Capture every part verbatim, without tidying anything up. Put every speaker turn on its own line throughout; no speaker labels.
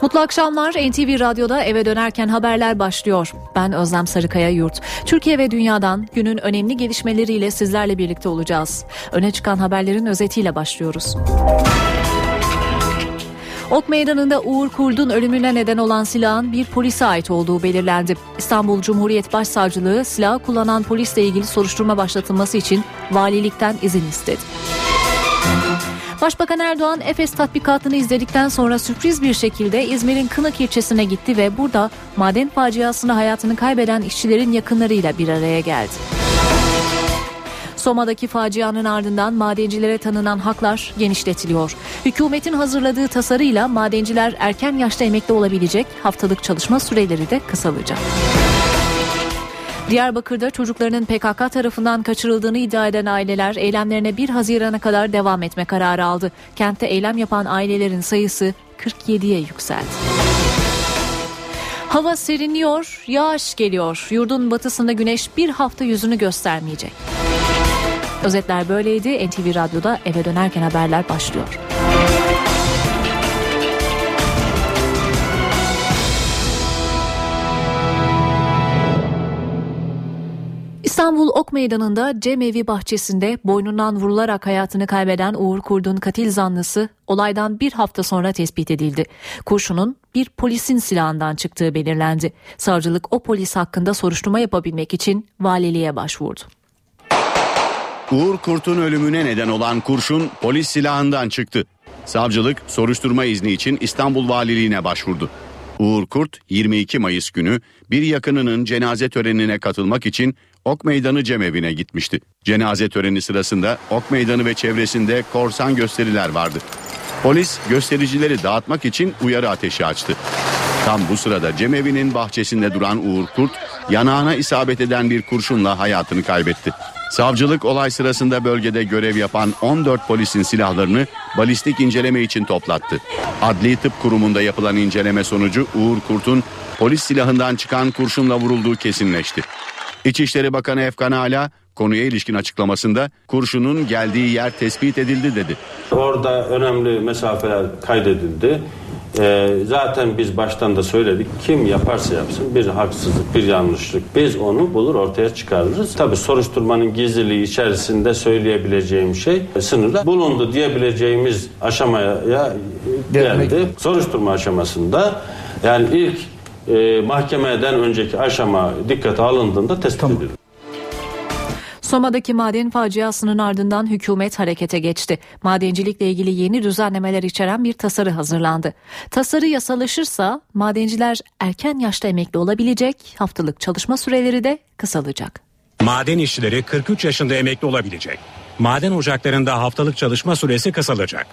Mutlu akşamlar. N T V Radyo'da eve dönerken haberler başlıyor. Ben Özlem Sarıkaya Yurt. Türkiye ve dünyadan günün önemli gelişmeleriyle sizlerle birlikte olacağız. Öne çıkan haberlerin özetiyle başlıyoruz. Ok Meydanı'nda Uğur Kurt'un ölümüne neden olan silahın bir polise ait olduğu belirlendi. İstanbul Cumhuriyet Başsavcılığı silahı kullanan polisle ilgili soruşturma başlatılması için valilikten izin istedi. Başbakan Erdoğan, Efes tatbikatını izledikten sonra sürpriz bir şekilde İzmir'in Kınık ilçesine gitti ve burada maden faciasında hayatını kaybeden işçilerin yakınlarıyla bir araya geldi. Soma'daki facianın ardından madencilere tanınan haklar genişletiliyor. Hükümetin hazırladığı tasarıyla madenciler erken yaşta emekli olabilecek, haftalık çalışma süreleri de kısalacak. Diyarbakır'da çocuklarının P K K tarafından kaçırıldığını iddia eden aileler eylemlerine bir Haziran'a kadar devam etme kararı aldı. Kentte eylem yapan ailelerin sayısı kırk yediye yükseldi. Hava serinliyor, yağış geliyor. Yurdun batısında güneş bir hafta yüzünü göstermeyecek. Özetler böyleydi. N T V Radyo'da eve dönerken haberler başlıyor. İstanbul Ok Meydanı'nda cemevi bahçesinde boynundan vurularak hayatını kaybeden Uğur Kurt'un katil zanlısı olaydan bir hafta sonra tespit edildi. Kurşunun bir polisin silahından çıktığı belirlendi. Savcılık o polis hakkında soruşturma yapabilmek için valiliğe başvurdu.
Uğur Kurt'un ölümüne neden olan kurşun polis silahından çıktı. Savcılık soruşturma izni için İstanbul Valiliğine başvurdu. Uğur Kurt yirmi iki Mayıs günü bir yakınının cenaze törenine katılmak için Ok Meydanı Cemevi'ne gitmişti. Cenaze töreni sırasında Ok Meydanı ve çevresinde korsan gösteriler vardı. Polis göstericileri dağıtmak için uyarı ateşi açtı. Tam bu sırada Cemevi'nin bahçesinde duran Uğur Kurt yanağına isabet eden bir kurşunla hayatını kaybetti. Savcılık olay sırasında bölgede görev yapan on dört polisin silahlarını balistik inceleme için toplattı. Adli Tıp Kurumu'nda yapılan inceleme sonucu Uğur Kurt'un polis silahından çıkan kurşunla vurulduğu kesinleşti. İçişleri Bakanı Efkan Ala konuya ilişkin açıklamasında kurşunun geldiği yer tespit edildi dedi.
Orada önemli mesafeler kaydedildi. Ee, zaten biz baştan da söyledik, kim yaparsa yapsın bir haksızlık, bir yanlışlık biz onu bulur ortaya çıkarırız. Tabii soruşturmanın gizliliği içerisinde söyleyebileceğim şey sınırda bulundu diyebileceğimiz aşamaya geldi. Soruşturma aşamasında yani ilk e, mahkemeden önceki aşama dikkate alındığında tespit tamam. edildi.
Soma'daki maden faciasının ardından hükümet harekete geçti. Madencilikle ilgili yeni düzenlemeler içeren bir tasarı hazırlandı. Tasarı yasalaşırsa madenciler erken yaşta emekli olabilecek, haftalık çalışma süreleri de kısalacak.
Maden işçileri kırk üç yaşında emekli olabilecek. Maden ocaklarında haftalık çalışma süresi kısalacak.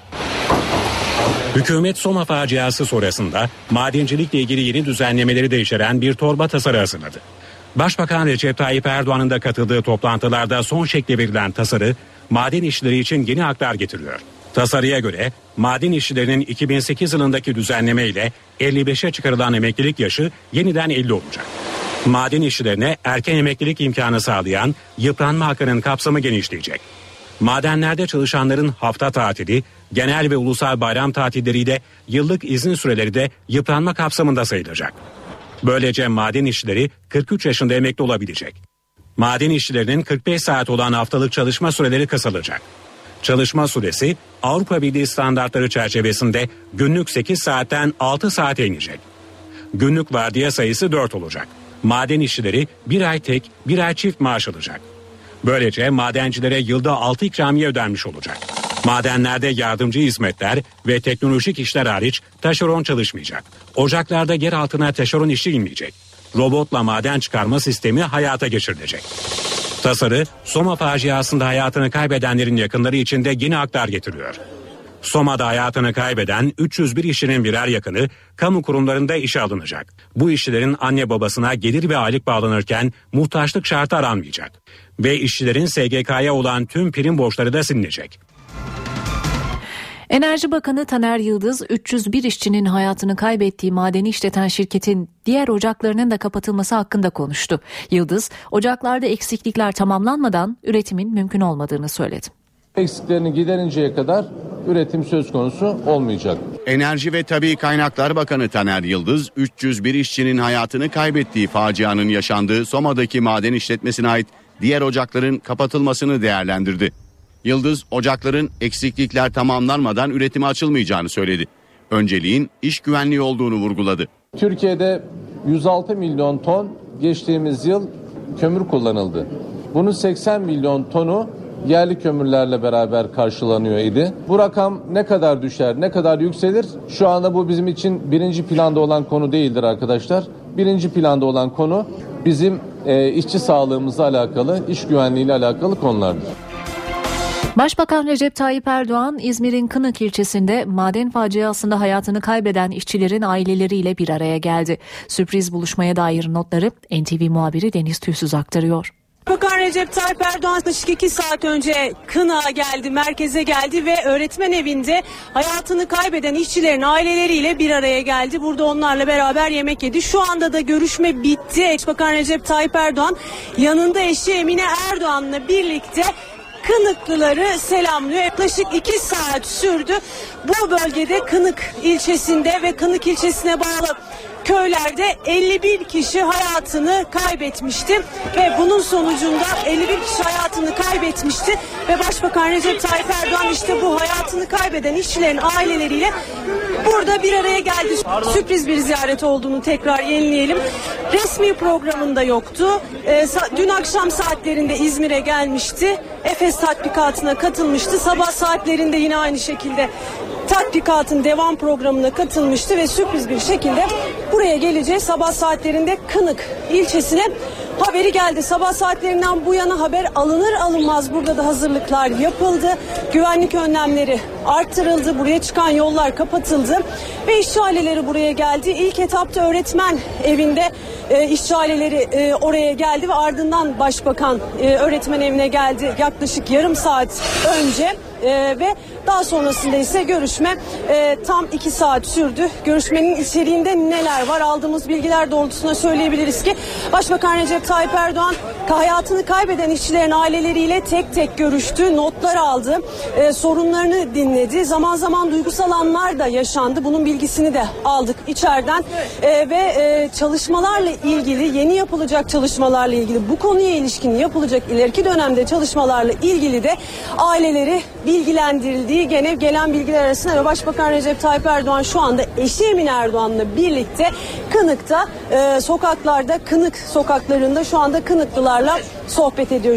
Hükümet Soma faciası sonrasında madencilikle ilgili yeni düzenlemeleri de içeren bir torba tasarı hazırladı. Başbakan Recep Tayyip Erdoğan'ın da katıldığı toplantılarda son şekli verilen tasarı maden işçileri için yeni haklar getiriyor. Tasarıya göre maden işçilerinin iki bin sekiz yılındaki düzenleme ile elli beşe çıkarılan emeklilik yaşı yeniden elli olacak. Maden işçilerine erken emeklilik imkanı sağlayan yıpranma hakkının kapsamı genişleyecek. Madenlerde çalışanların hafta tatili, genel ve ulusal bayram tatilleriyle yıllık izin süreleri de yıpranma kapsamında sayılacak. Böylece maden işçileri kırk üç yaşında emekli olabilecek. Maden işçilerinin kırk beş saat olan haftalık çalışma süreleri kısalacak. Çalışma süresi Avrupa Birliği standartları çerçevesinde günlük sekiz saatten altı saate inecek. Günlük vardiya sayısı dört olacak. Maden işçileri bir ay tek, bir ay çift maaş alacak. Böylece madencilere yılda altı ikramiye ödenmiş olacak. Madenlerde yardımcı hizmetler ve teknolojik işler hariç taşeron çalışmayacak. Ocaklarda yer altına taşeron işçi inmeyecek. Robotla maden çıkarma sistemi hayata geçirilecek. Tasarı, Soma faciasında hayatını kaybedenlerin yakınları için de yeni haklar getiriyor. Soma'da hayatını kaybeden üç yüz bir işçinin birer yakını kamu kurumlarında işe alınacak. Bu işçilerin anne babasına gelir ve aylık bağlanırken muhtaçlık şartı aranmayacak. Ve işçilerin S G K'ya olan tüm prim borçları da silinecek.
Enerji Bakanı Taner Yıldız, üç yüz bir işçinin hayatını kaybettiği madeni işleten şirketin diğer ocaklarının da kapatılması hakkında konuştu. Yıldız, ocaklarda eksiklikler tamamlanmadan üretimin mümkün olmadığını söyledi.
Eksiklerini giderinceye kadar üretim söz konusu olmayacak.
Enerji ve Tabii Kaynaklar Bakanı Taner Yıldız, üç yüz bir işçinin hayatını kaybettiği facianın yaşandığı Soma'daki maden işletmesine ait diğer ocakların kapatılmasını değerlendirdi. Yıldız, ocakların eksiklikler tamamlanmadan üretime açılmayacağını söyledi. Önceliğin iş güvenliği olduğunu vurguladı.
Türkiye'de yüz altı milyon ton geçtiğimiz yıl kömür kullanıldı. Bunun seksen milyon tonu yerli kömürlerle beraber karşılanıyor idi. Bu rakam ne kadar düşer, ne kadar yükselir? Şu anda bu bizim için birinci planda olan konu değildir arkadaşlar. Birinci planda olan konu bizim e, işçi sağlığımızla alakalı, iş güvenliğiyle alakalı konulardır.
Başbakan Recep Tayyip Erdoğan, İzmir'in Kınık ilçesinde maden faciasında hayatını kaybeden işçilerin aileleriyle bir araya geldi. Sürpriz buluşmaya dair notları N T V muhabiri Deniz Tüysüz aktarıyor.
Başbakan Recep Tayyip Erdoğan yaklaşık iki saat önce Kınık'a geldi, merkeze geldi ve öğretmen evinde hayatını kaybeden işçilerin aileleriyle bir araya geldi. Burada onlarla beraber yemek yedi. Şu anda da görüşme bitti. Başbakan Recep Tayyip Erdoğan yanında eşi Emine Erdoğan'la birlikte Kınıklıları selamlıyor. Yaklaşık iki saat sürdü. Bu bölgede Kınık ilçesinde ve Kınık ilçesine bağlı köylerde elli bir kişi hayatını kaybetmişti ve bunun sonucunda elli bir kişi hayatını kaybetmişti ve Başbakan Recep Tayyip Erdoğan işte bu hayatını kaybeden işçilerin aileleriyle burada bir araya geldi. Sürpriz bir ziyaret olduğunu tekrar yenileyelim. Resmi programında yoktu. Ee, dün akşam saatlerinde İzmir'e gelmişti. Efes tatbikatına katılmıştı. Sabah saatlerinde yine aynı şekilde tatbikatın devam programına katılmıştı ve sürpriz bir şekilde buraya geleceği sabah saatlerinde Kınık ilçesine haberi geldi. Sabah saatlerinden bu yana haber alınır alınmaz burada da hazırlıklar yapıldı. Güvenlik önlemleri arttırıldı. Buraya çıkan yollar kapatıldı ve işçi aileleri buraya geldi. İlk etapta öğretmen evinde e, işçi aileleri e, oraya geldi ve ardından başbakan e, öğretmen evine geldi yaklaşık yarım saat önce. Ee, ve daha sonrasında ise görüşme e, tam iki saat sürdü. Görüşmenin içeriğinde neler var? Aldığımız bilgiler doğrultusunda söyleyebiliriz ki Başbakan Recep Tayyip Erdoğan hayatını kaybeden işçilerin aileleriyle tek tek görüştü, notlar aldı, e, sorunlarını dinledi. Zaman zaman duygusal anlar da yaşandı. Bunun bilgisini de aldık içeriden e, ve e, çalışmalarla ilgili, yeni yapılacak çalışmalarla ilgili, bu konuya ilişkin yapılacak ileriki dönemde çalışmalarla ilgili de aileleri bilgilendirildiği gene gelen bilgiler arasında ve Başbakan Recep Tayyip Erdoğan şu anda eşi Emine Erdoğan'la birlikte Kınık'ta e, sokaklarda, Kınık sokaklarında şu anda Kınıklılarla sohbet ediyor.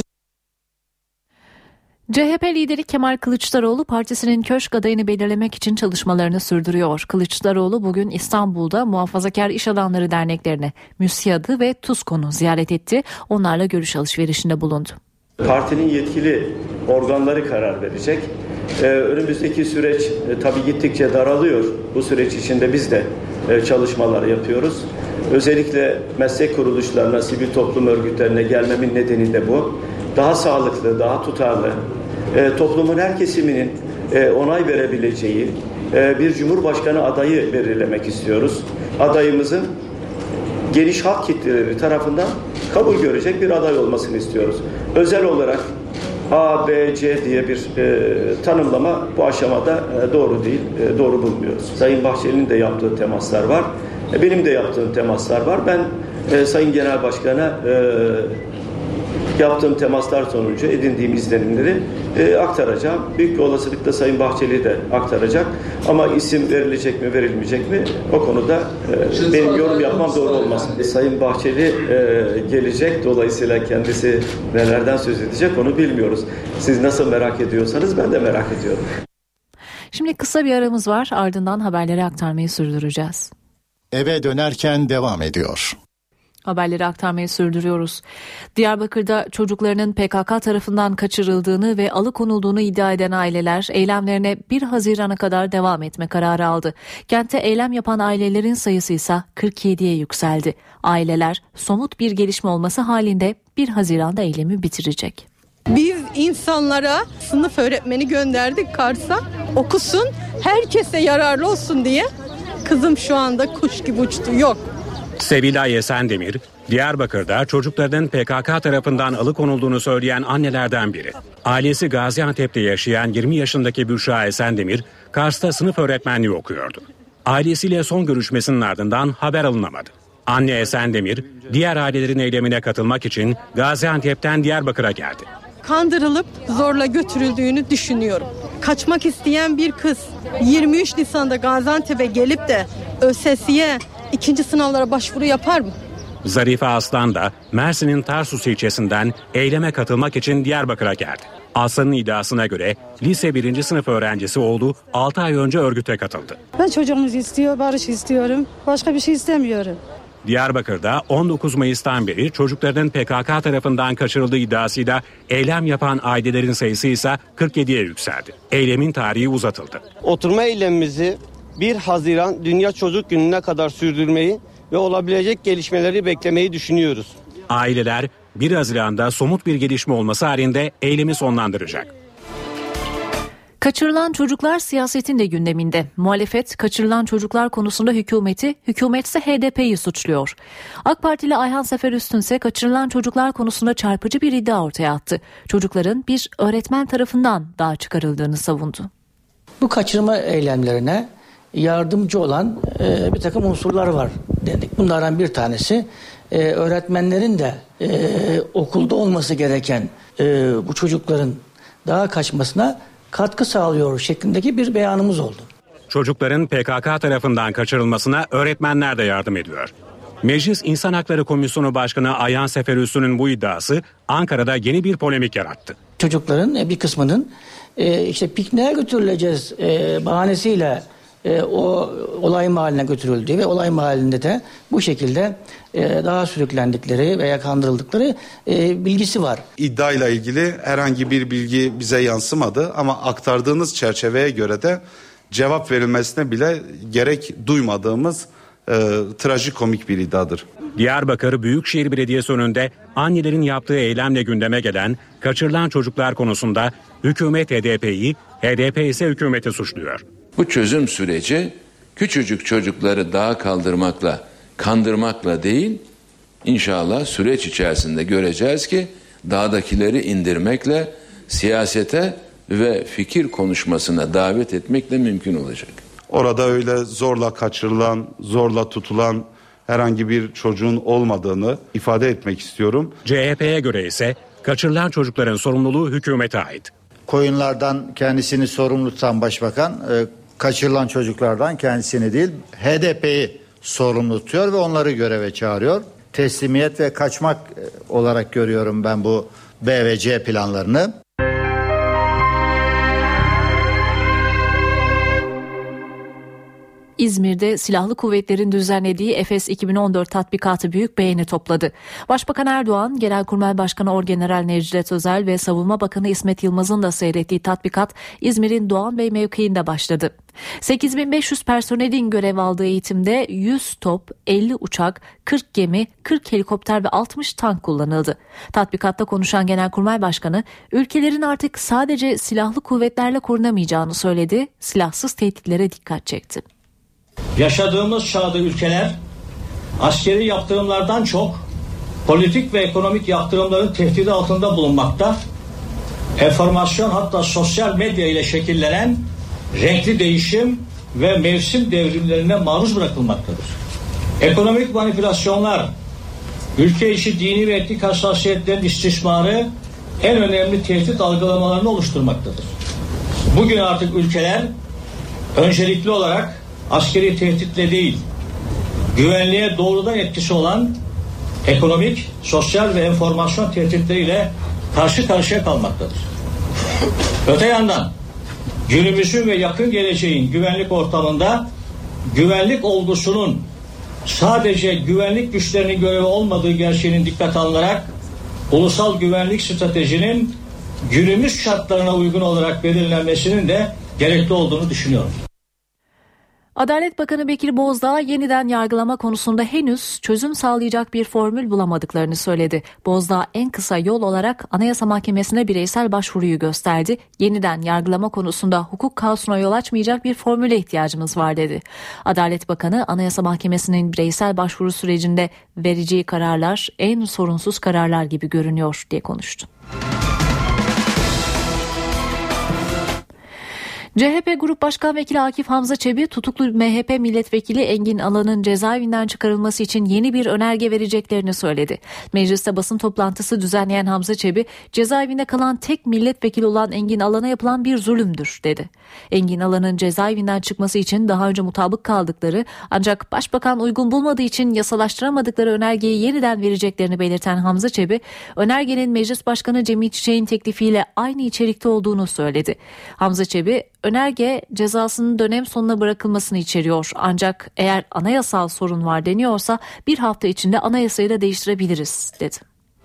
C H P lideri Kemal Kılıçdaroğlu partisinin köşk adayını belirlemek için çalışmalarını sürdürüyor. Kılıçdaroğlu bugün İstanbul'da Muhafazakar İş Adamları Derneklerini, MÜSİAD'ı ve TUSKON'u ziyaret etti. Onlarla görüş alışverişinde bulundu.
Partinin yetkili organları karar verecek. Ee, önümüzdeki süreç e, tabii gittikçe daralıyor. Bu süreç içinde biz de e, çalışmalar yapıyoruz. Özellikle meslek kuruluşlarına, sivil toplum örgütlerine gelmemin nedeni de bu. Daha sağlıklı, daha tutarlı, e, toplumun her kesiminin e, onay verebileceği e, bir Cumhurbaşkanı adayı belirlemek istiyoruz. Adayımızın geniş halk kitleleri tarafından kabul görecek bir aday olmasını istiyoruz. Özel olarak A, B, C diye bir e, tanımlama bu aşamada e, doğru değil, e, doğru bulmuyoruz. Sayın Bahçeli'nin de yaptığı temaslar var, e, benim de yaptığım temaslar var. Ben e, Sayın Genel Başkan'a e, yaptığım temaslar sonucu edindiğim izlenimleri e, aktaracağım. Büyük bir olasılıkla Sayın Bahçeli de aktaracak. Ama isim verilecek mi, verilmeyecek mi? O konuda e, benim yorum yapmam doğru olmaz. E, Sayın Bahçeli e, gelecek. Dolayısıyla kendisi nelerden söz edecek onu bilmiyoruz. Siz nasıl merak ediyorsanız ben de merak ediyorum.
Şimdi kısa bir aramız var. Ardından haberleri aktarmayı sürdüreceğiz.
Eve dönerken devam ediyor.
Haberleri aktarmayı sürdürüyoruz. Diyarbakır'da çocuklarının P K K tarafından kaçırıldığını ve alıkonulduğunu iddia eden aileler eylemlerine bir Haziran'a kadar devam etme kararı aldı. Kentte eylem yapan ailelerin sayısı ise kırk yediye yükseldi. Aileler somut bir gelişme olması halinde bir Haziran'da eylemi bitirecek.
Biz insanlara sınıf öğretmeni gönderdik Kars'a, okusun, herkese yararlı olsun diye. Kızım şu anda kuş gibi uçtu, yok.
Sevilay Esendemir, Diyarbakır'da çocuklarının P K K tarafından alıkonulduğunu söyleyen annelerden biri. Ailesi Gaziantep'te yaşayan yirmi yaşındaki Büşra Esendemir, Kars'ta sınıf öğretmenliği okuyordu. Ailesiyle son görüşmesinin ardından haber alınamadı. Anne Esendemir, diğer ailelerin eylemine katılmak için Gaziantep'ten Diyarbakır'a geldi.
Kandırılıp zorla götürüldüğünü düşünüyorum. Kaçmak isteyen bir kız yirmi üç Nisan'da Gaziantep'e gelip de ÖSS'ye ikinci sınavlara başvuru yapar mı?
Zarife Aslan da Mersin'in Tarsus ilçesinden eyleme katılmak için Diyarbakır'a geldi. Aslan'ın iddiasına göre lise birinci sınıf öğrencisi oğlu altı ay önce örgüte katıldı.
Ben çocuğumuz istiyor, barış istiyorum. Başka bir şey istemiyorum.
Diyarbakır'da on dokuz Mayıs'tan beri çocukların P K K tarafından kaçırıldığı iddiasıyla eylem yapan ailelerin sayısı ise kırk yediye yükseldi. Eylemin tarihi uzatıldı.
Oturma eylemimizi bir Haziran Dünya Çocuk Günü'ne kadar sürdürmeyi ve olabilecek gelişmeleri beklemeyi düşünüyoruz.
Aileler bir Haziran'da somut bir gelişme olması halinde eylemi sonlandıracak.
Kaçırılan çocuklar siyasetin de gündeminde. Muhalefet kaçırılan çocuklar konusunda hükümeti, hükümetse H D P'yi suçluyor. AK Partili Ayhan Seferüstün ise kaçırılan çocuklar konusunda çarpıcı bir iddia ortaya attı. Çocukların bir öğretmen tarafından dağa çıkarıldığını savundu.
Bu kaçırma eylemlerine yardımcı olan e, bir takım unsurlar var dedik. Bunlardan bir tanesi e, öğretmenlerin de e, okulda olması gereken e, bu çocukların dağa kaçmasına katkı sağlıyor şeklindeki bir beyanımız oldu.
Çocukların P K K tarafından kaçırılmasına öğretmenler de yardım ediyor. Meclis İnsan Hakları Komisyonu Başkanı Ayhan Seferüstü'nün bu iddiası Ankara'da yeni bir polemik yarattı.
Çocukların bir kısmının e, işte pikniğe götürüleceğiz e, bahanesiyle e, o olay mahalline götürüldüğü ve olay mahallinde de bu şekilde e, daha sürüklendikleri veya kandırıldıkları e, bilgisi var.
İddiayla ilgili herhangi bir bilgi bize yansımadı ama aktardığınız çerçeveye göre de cevap verilmesine bile gerek duymadığımız e, trajikomik bir iddiadır.
Diyarbakır Büyükşehir Belediyesi önünde annelerin yaptığı eylemle gündeme gelen kaçırılan çocuklar konusunda hükümet H D P'yi, H D P ise hükümeti suçluyor.
Bu çözüm süreci küçücük çocukları dağa kaldırmakla, kandırmakla değil, inşallah süreç içerisinde göreceğiz ki dağdakileri indirmekle siyasete ve fikir konuşmasına davet etmekle mümkün olacak.
Orada öyle zorla kaçırılan, zorla tutulan herhangi bir çocuğun olmadığını ifade etmek istiyorum.
C H P'ye göre ise kaçırılan çocukların sorumluluğu hükümete ait.
Koyunlardan kendisini sorumlu tutan başbakan, e, kaçırılan çocuklardan kendisini değil H D P'yi sorumlu tutuyor ve onları göreve çağırıyor. Teslimiyet ve kaçmak olarak görüyorum ben bu B ve C planlarını.
İzmir'de silahlı kuvvetlerin düzenlediği Efes iki bin on dört tatbikatı büyük beğeni topladı. Başbakan Erdoğan, Genelkurmay Başkanı Orgeneral Necdet Özel ve Savunma Bakanı İsmet Yılmaz'ın da seyrettiği tatbikat İzmir'in Doğan Bey mevkiinde başladı. sekiz bin beş yüz personelin görev aldığı eğitimde yüz top, elli uçak, kırk gemi, kırk helikopter ve altmış tank kullanıldı. Tatbikatta konuşan Genelkurmay Başkanı, ülkelerin artık sadece silahlı kuvvetlerle korunamayacağını söyledi, silahsız tehditlere dikkat çekti.
Yaşadığımız çağda ülkeler askeri yaptırımlardan çok politik ve ekonomik yaptırımların tehdidi altında bulunmakta. Enformasyon hatta sosyal medya ile şekillenen renkli değişim ve mevsim devrimlerine maruz bırakılmaktadır. Ekonomik manipülasyonlar, ülke içi dini ve etnik hassasiyetlerin istismarı en önemli tehdit algılamalarını oluşturmaktadır. Bugün artık ülkeler öncelikli olarak askeri tehditle değil, güvenliğe doğrudan etkisi olan ekonomik, sosyal ve enformasyon tehditleriyle karşı karşıya kalmaktadır. Öte yandan günümüzün ve yakın geleceğin güvenlik ortamında güvenlik olgusunun sadece güvenlik güçlerinin görevi olmadığı gerçeğinin dikkate alınarak ulusal güvenlik stratejinin günümüz şartlarına uygun olarak belirlenmesinin de gerekli olduğunu düşünüyorum.
Adalet Bakanı Bekir Bozdağ yeniden yargılama konusunda henüz çözüm sağlayacak bir formül bulamadıklarını söyledi. Bozdağ en kısa yol olarak Anayasa Mahkemesi'ne bireysel başvuruyu gösterdi. Yeniden yargılama konusunda hukuk kaosuna yol açmayacak bir formüle ihtiyacımız var dedi. Adalet Bakanı Anayasa Mahkemesi'nin bireysel başvuru sürecinde vereceği kararlar en sorunsuz kararlar gibi görünüyor diye konuştu. C H P Grup Başkan Vekili Akif Hamza Çebi, tutuklu M H P Milletvekili Engin Alan'ın cezaevinden çıkarılması için yeni bir önerge vereceklerini söyledi. Mecliste basın toplantısı düzenleyen Hamza Çebi, cezaevinde kalan tek milletvekili olan Engin Alan'a yapılan bir zulümdür dedi. Engin Alan'ın cezaevinden çıkması için daha önce mutabık kaldıkları ancak Başbakan uygun bulmadığı için yasalaştıramadıkları önergeyi yeniden vereceklerini belirten Hamza Çebi, önergenin Meclis Başkanı Cemil Çiçek'in teklifiyle aynı içerikte olduğunu söyledi. Hamza Çebi, önerge cezasının dönem sonuna bırakılmasını içeriyor. Ancak eğer anayasal sorun var deniyorsa bir hafta içinde anayasayı da değiştirebiliriz dedi.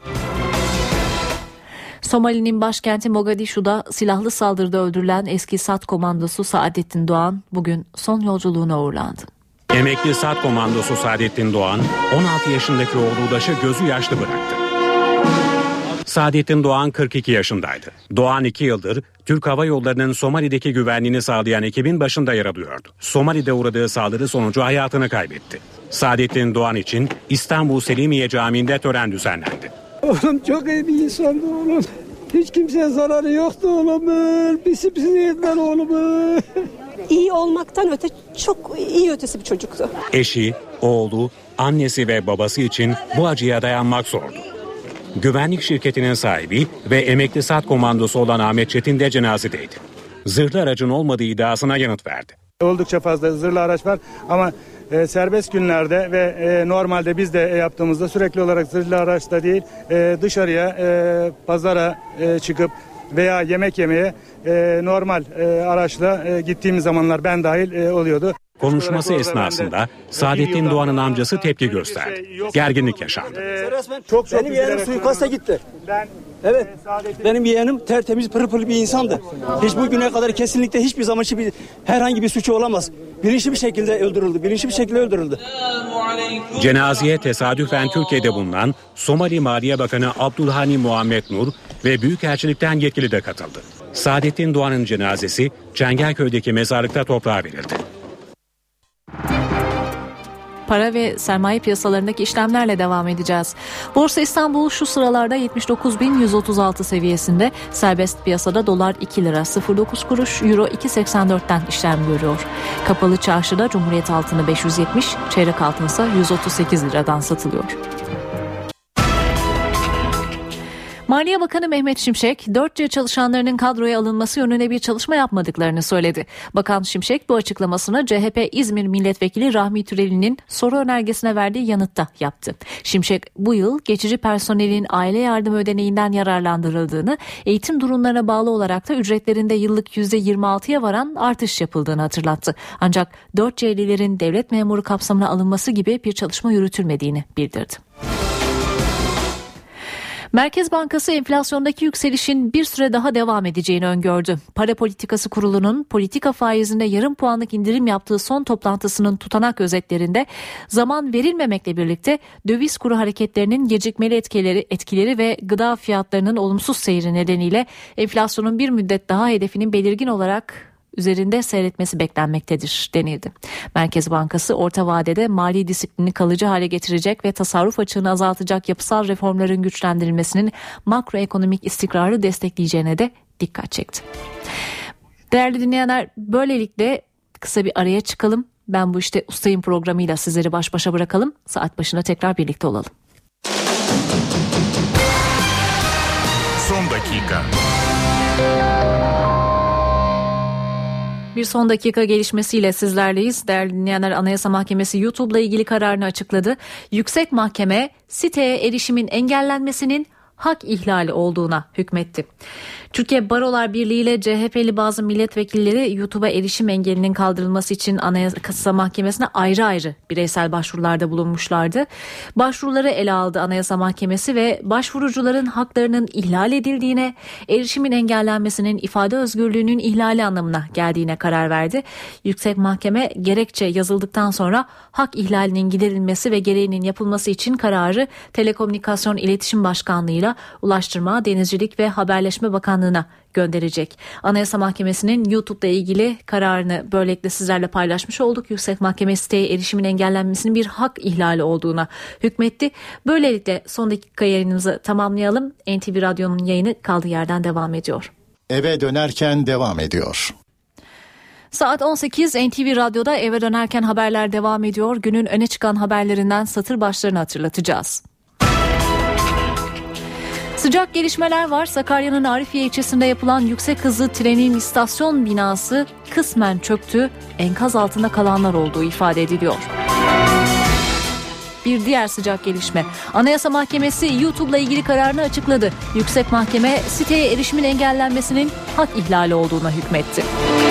Somali'nin başkenti Mogadishu'da silahlı saldırıda öldürülen eski SAT komandosu Saadettin Doğan bugün son yolculuğuna uğurlandı.
Emekli SAT komandosu Saadettin Doğan on altı yaşındaki oğludaşı gözü yaşlı bıraktı. Saadettin Doğan kırk iki yaşındaydı. Doğan iki yıldır Türk Hava Yolları'nın Somali'deki güvenliğini sağlayan ekibin başında yer alıyordu. Somali'de uğradığı saldırı sonucu hayatını kaybetti. Saadettin Doğan için İstanbul Selimiye Camii'nde tören düzenlendi.
Oğlum çok iyi bir insandı oğlum. Hiç kimseye zararı yoktu oğlumun. Bizi bizi yediler oğlumun.
İyi olmaktan öte çok iyi ötesi bir çocuktu.
Eşi, oğlu, annesi ve babası için bu acıya dayanmak zordu. Güvenlik şirketinin sahibi ve emekli SAT komandosu olan Ahmet Çetin de cenazedeydi. Zırhlı aracın olmadığı iddiasına yanıt verdi.
Oldukça fazla zırhlı araç var ama e, serbest günlerde ve e, normalde biz de yaptığımızda sürekli olarak zırhlı araçta değil e, dışarıya e, pazara e, çıkıp veya yemek yemeye e, normal e, araçla e, gittiğimiz zamanlar ben dahil e, oluyordu.
Konuşması esnasında Saadettin Doğan'ın amcası tepki gösterdi. Gerginlik yaşandı.
Çok çok benim yeğenim suikasta gitti. Ben, evet. Benim yeğenim tertemiz pırıl pırıl bir insandı. Hiç bugüne kadar kesinlikle hiçbir zaman hiçbir, herhangi bir suçu olamaz. Bilinçli bir şekilde öldürüldü. Bilinçli bir şekilde öldürüldü.
Cenazeye tesadüfen Türkiye'de bulunan Somali Maliye Bakanı Abdülhani Muhammed Nur ve Büyükelçilikten yetkili de katıldı. Saadettin Doğan'ın cenazesi Çengelköy'deki mezarlıkta toprağa verildi.
Para ve sermaye piyasalarındaki işlemlerle devam edeceğiz. Borsa İstanbul şu sıralarda yetmiş dokuz bin yüz otuz altı seviyesinde, serbest piyasada dolar iki lira sıfır dokuz kuruş, euro iki seksen dörtten işlem görüyor. Kapalı çarşıda Cumhuriyet altını beş yüz yetmiş, çeyrek altın ise yüz otuz sekiz liradan satılıyor. Maliye Bakanı Mehmet Şimşek, dört C çalışanlarının kadroya alınması yönünde bir çalışma yapmadıklarını söyledi. Bakan Şimşek bu açıklamasını C H P İzmir Milletvekili Rahmi Türeli'nin soru önergesine verdiği yanıtta yaptı. Şimşek bu yıl geçici personelin aile yardım ödeneğinden yararlandırıldığını, eğitim durumlarına bağlı olarak da ücretlerinde yıllık yüzde yirmi altıya varan artış yapıldığını hatırlattı. Ancak dört C'lilerin devlet memuru kapsamına alınması gibi bir çalışma yürütülmediğini bildirdi. Merkez Bankası enflasyondaki yükselişin bir süre daha devam edeceğini öngördü. Para Politikası Kurulu'nun politika faizinde yarım puanlık indirim yaptığı son toplantısının tutanak özetlerinde zaman verilmemekle birlikte döviz kuru hareketlerinin gecikmeli etkileri, etkileri ve gıda fiyatlarının olumsuz seyri nedeniyle enflasyonun bir müddet daha hedefinin belirgin olarak üzerinde seyretmesi beklenmektedir denildi. Merkez Bankası orta vadede mali disiplini kalıcı hale getirecek ve tasarruf açığını azaltacak yapısal reformların güçlendirilmesinin makroekonomik istikrarı destekleyeceğine de dikkat çekti. Değerli dinleyenler, böylelikle kısa bir araya çıkalım. Ben bu işte ustayım programıyla sizleri baş başa bırakalım. Saat başına tekrar birlikte olalım.
Son dakika.
Bir son dakika gelişmesiyle sizlerleyiz. Değerli dinleyenler, Anayasa Mahkemesi YouTube'la ilgili kararını açıkladı. Yüksek Mahkeme siteye erişimin engellenmesinin hak ihlali olduğuna hükmetti. Türkiye Barolar Birliği ile C H P'li bazı milletvekilleri YouTube'a erişim engelinin kaldırılması için Anayasa Mahkemesi'ne ayrı ayrı bireysel başvurularda bulunmuşlardı. Başvuruları ele aldı Anayasa Mahkemesi ve başvurucuların haklarının ihlal edildiğine, erişimin engellenmesinin ifade özgürlüğünün ihlali anlamına geldiğine karar verdi. Yüksek Mahkeme gerekçe yazıldıktan sonra hak ihlalinin giderilmesi ve gereğinin yapılması için kararı Telekomünikasyon İletişim Başkanlığı ile Ulaştırma, Denizcilik ve Haberleşme Bakanlığı'na gönderecek. Anayasa Mahkemesi'nin YouTube'la ilgili kararını böylelikle sizlerle paylaşmış olduk. Yüksek Mahkeme siteye erişimin engellenmesinin bir hak ihlali olduğuna hükmetti. Böylelikle son dakika yayınımızı tamamlayalım. N T V Radyo'nun yayını kaldığı yerden devam ediyor.
Eve dönerken devam ediyor.
Saat on sekiz N T V Radyo'da eve dönerken haberler devam ediyor. Günün öne çıkan haberlerinden satır başlarını hatırlatacağız. Sıcak gelişmeler var. Sakarya'nın Arifiye ilçesinde yapılan yüksek hızlı trenin istasyon binası kısmen çöktü. Enkaz altında kalanlar olduğu ifade ediliyor. Bir diğer sıcak gelişme. Anayasa Mahkemesi YouTube'la ilgili kararını açıkladı. Yüksek Mahkeme siteye erişimin engellenmesinin hak ihlali olduğuna hükmetti.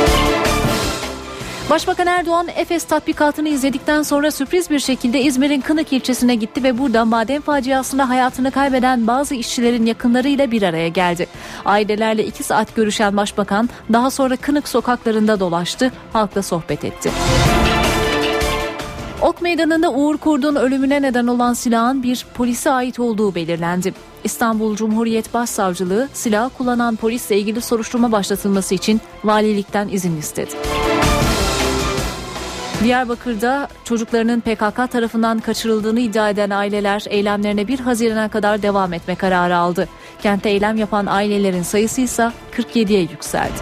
Başbakan Erdoğan Efes tatbikatını izledikten sonra sürpriz bir şekilde İzmir'in Kınık ilçesine gitti ve burada maden faciasında hayatını kaybeden bazı işçilerin yakınlarıyla bir araya geldi. Ailelerle iki saat görüşen Başbakan daha sonra Kınık sokaklarında dolaştı, halkla sohbet etti. Ok Meydanı'nda Uğur Kurt'un ölümüne neden olan silahın bir polise ait olduğu belirlendi. İstanbul Cumhuriyet Başsavcılığı silah kullanan polisle ilgili soruşturma başlatılması için valilikten izin istedi. Diyarbakır'da çocuklarının P K K tarafından kaçırıldığını iddia eden aileler eylemlerine bir Haziran'a kadar devam etme kararı aldı. Kentte eylem yapan ailelerin sayısı ise kırk yediye yükseldi.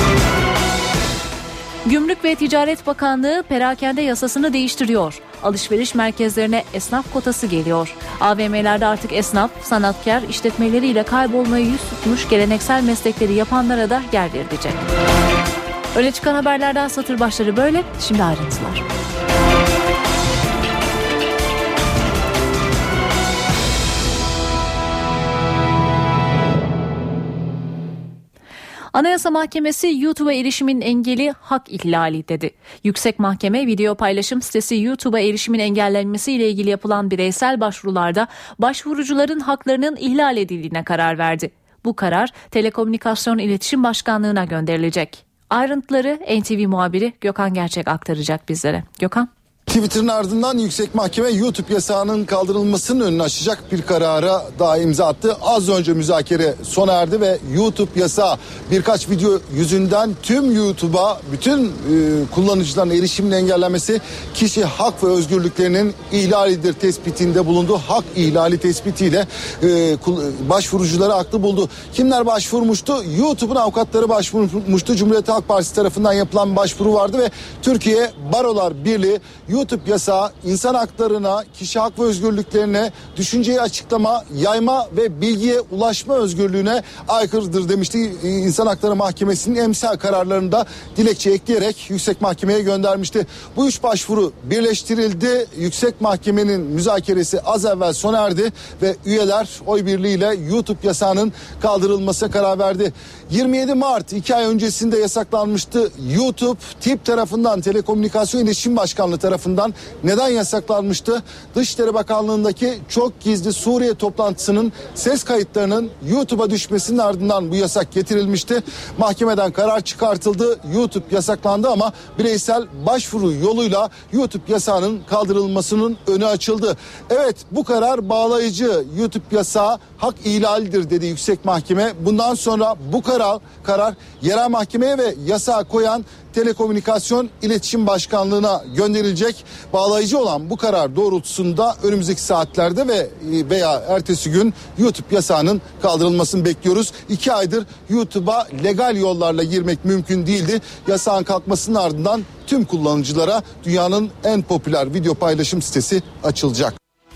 Gümrük ve Ticaret Bakanlığı perakende yasasını değiştiriyor. Alışveriş merkezlerine esnaf kotası geliyor. A V M'lerde artık esnaf, sanatkar, işletmeleriyle kaybolmayı yüz tutmuş geleneksel meslekleri yapanlara da yer verilecek. Öne çıkan haberlerden satır başları böyle. Şimdi ayrıntılar. Anayasa Mahkemesi YouTube'a erişimin engeli hak ihlali dedi. Yüksek Mahkeme video paylaşım sitesi YouTube'a erişimin engellenmesiyle ilgili yapılan bireysel başvurularda başvurucuların haklarının ihlal edildiğine karar verdi. Bu karar Telekomünikasyon İletişim Başkanlığı'na gönderilecek. Ayrıntıları N T V muhabiri Gökhan Gerçek aktaracak bizlere. Gökhan.
Twitter'ın ardından Yüksek Mahkeme YouTube yasağının kaldırılmasının önünü açacak bir karara daha imza attı. Az önce müzakere sona erdi ve YouTube yasağı birkaç video yüzünden tüm YouTube'a bütün e, kullanıcıların erişimin engellenmesi kişi hak ve özgürlüklerinin ihlalidir tespitinde bulundu. Hak ihlali tespitiyle e, başvurucuları haklı buldu. Kimler başvurmuştu? YouTube'un avukatları başvurmuştu. Cumhuriyet Halk Partisi tarafından yapılan bir başvuru vardı ve Türkiye Barolar Birliği YouTube yasağı insan haklarına, kişi hak ve özgürlüklerine, düşünceyi açıklama, yayma ve bilgiye ulaşma özgürlüğüne aykırıdır demişti. İnsan Hakları Mahkemesi'nin emsal kararlarında dilekçe ekleyerek Yüksek Mahkeme'ye göndermişti. Bu üç başvuru birleştirildi. Yüksek Mahkeme'nin müzakeresi az evvel sona erdi ve üyeler oy birliğiyle YouTube yasağının kaldırılmasına karar verdi. yirmi yedi Mart iki ay öncesinde yasaklanmıştı. YouTube T İ P tarafından, Telekomünikasyon İletişim Başkanlığı tarafından neden yasaklanmıştı? Dışişleri Bakanlığı'ndaki çok gizli Suriye toplantısının ses kayıtlarının YouTube'a düşmesinin ardından bu yasak getirilmişti. Mahkemeden karar çıkartıldı. YouTube yasaklandı ama bireysel başvuru yoluyla YouTube yasağının kaldırılmasının önü açıldı. Evet, bu karar bağlayıcı. YouTube yasağı hak ihlalidir dedi Yüksek Mahkeme. Bundan sonra bu karar, karar yerel mahkemeye ve yasağı koyan Telekomünikasyon İletişim Başkanlığı'na gönderilecek. Bağlayıcı olan bu karar doğrultusunda önümüzdeki saatlerde ve veya ertesi gün YouTube yasağının kaldırılmasını bekliyoruz. İki aydır YouTube'a legal yollarla girmek mümkün değildi. Yasağın kalkmasının ardından tüm kullanıcılara dünyanın en popüler video paylaşım sitesi açılacak.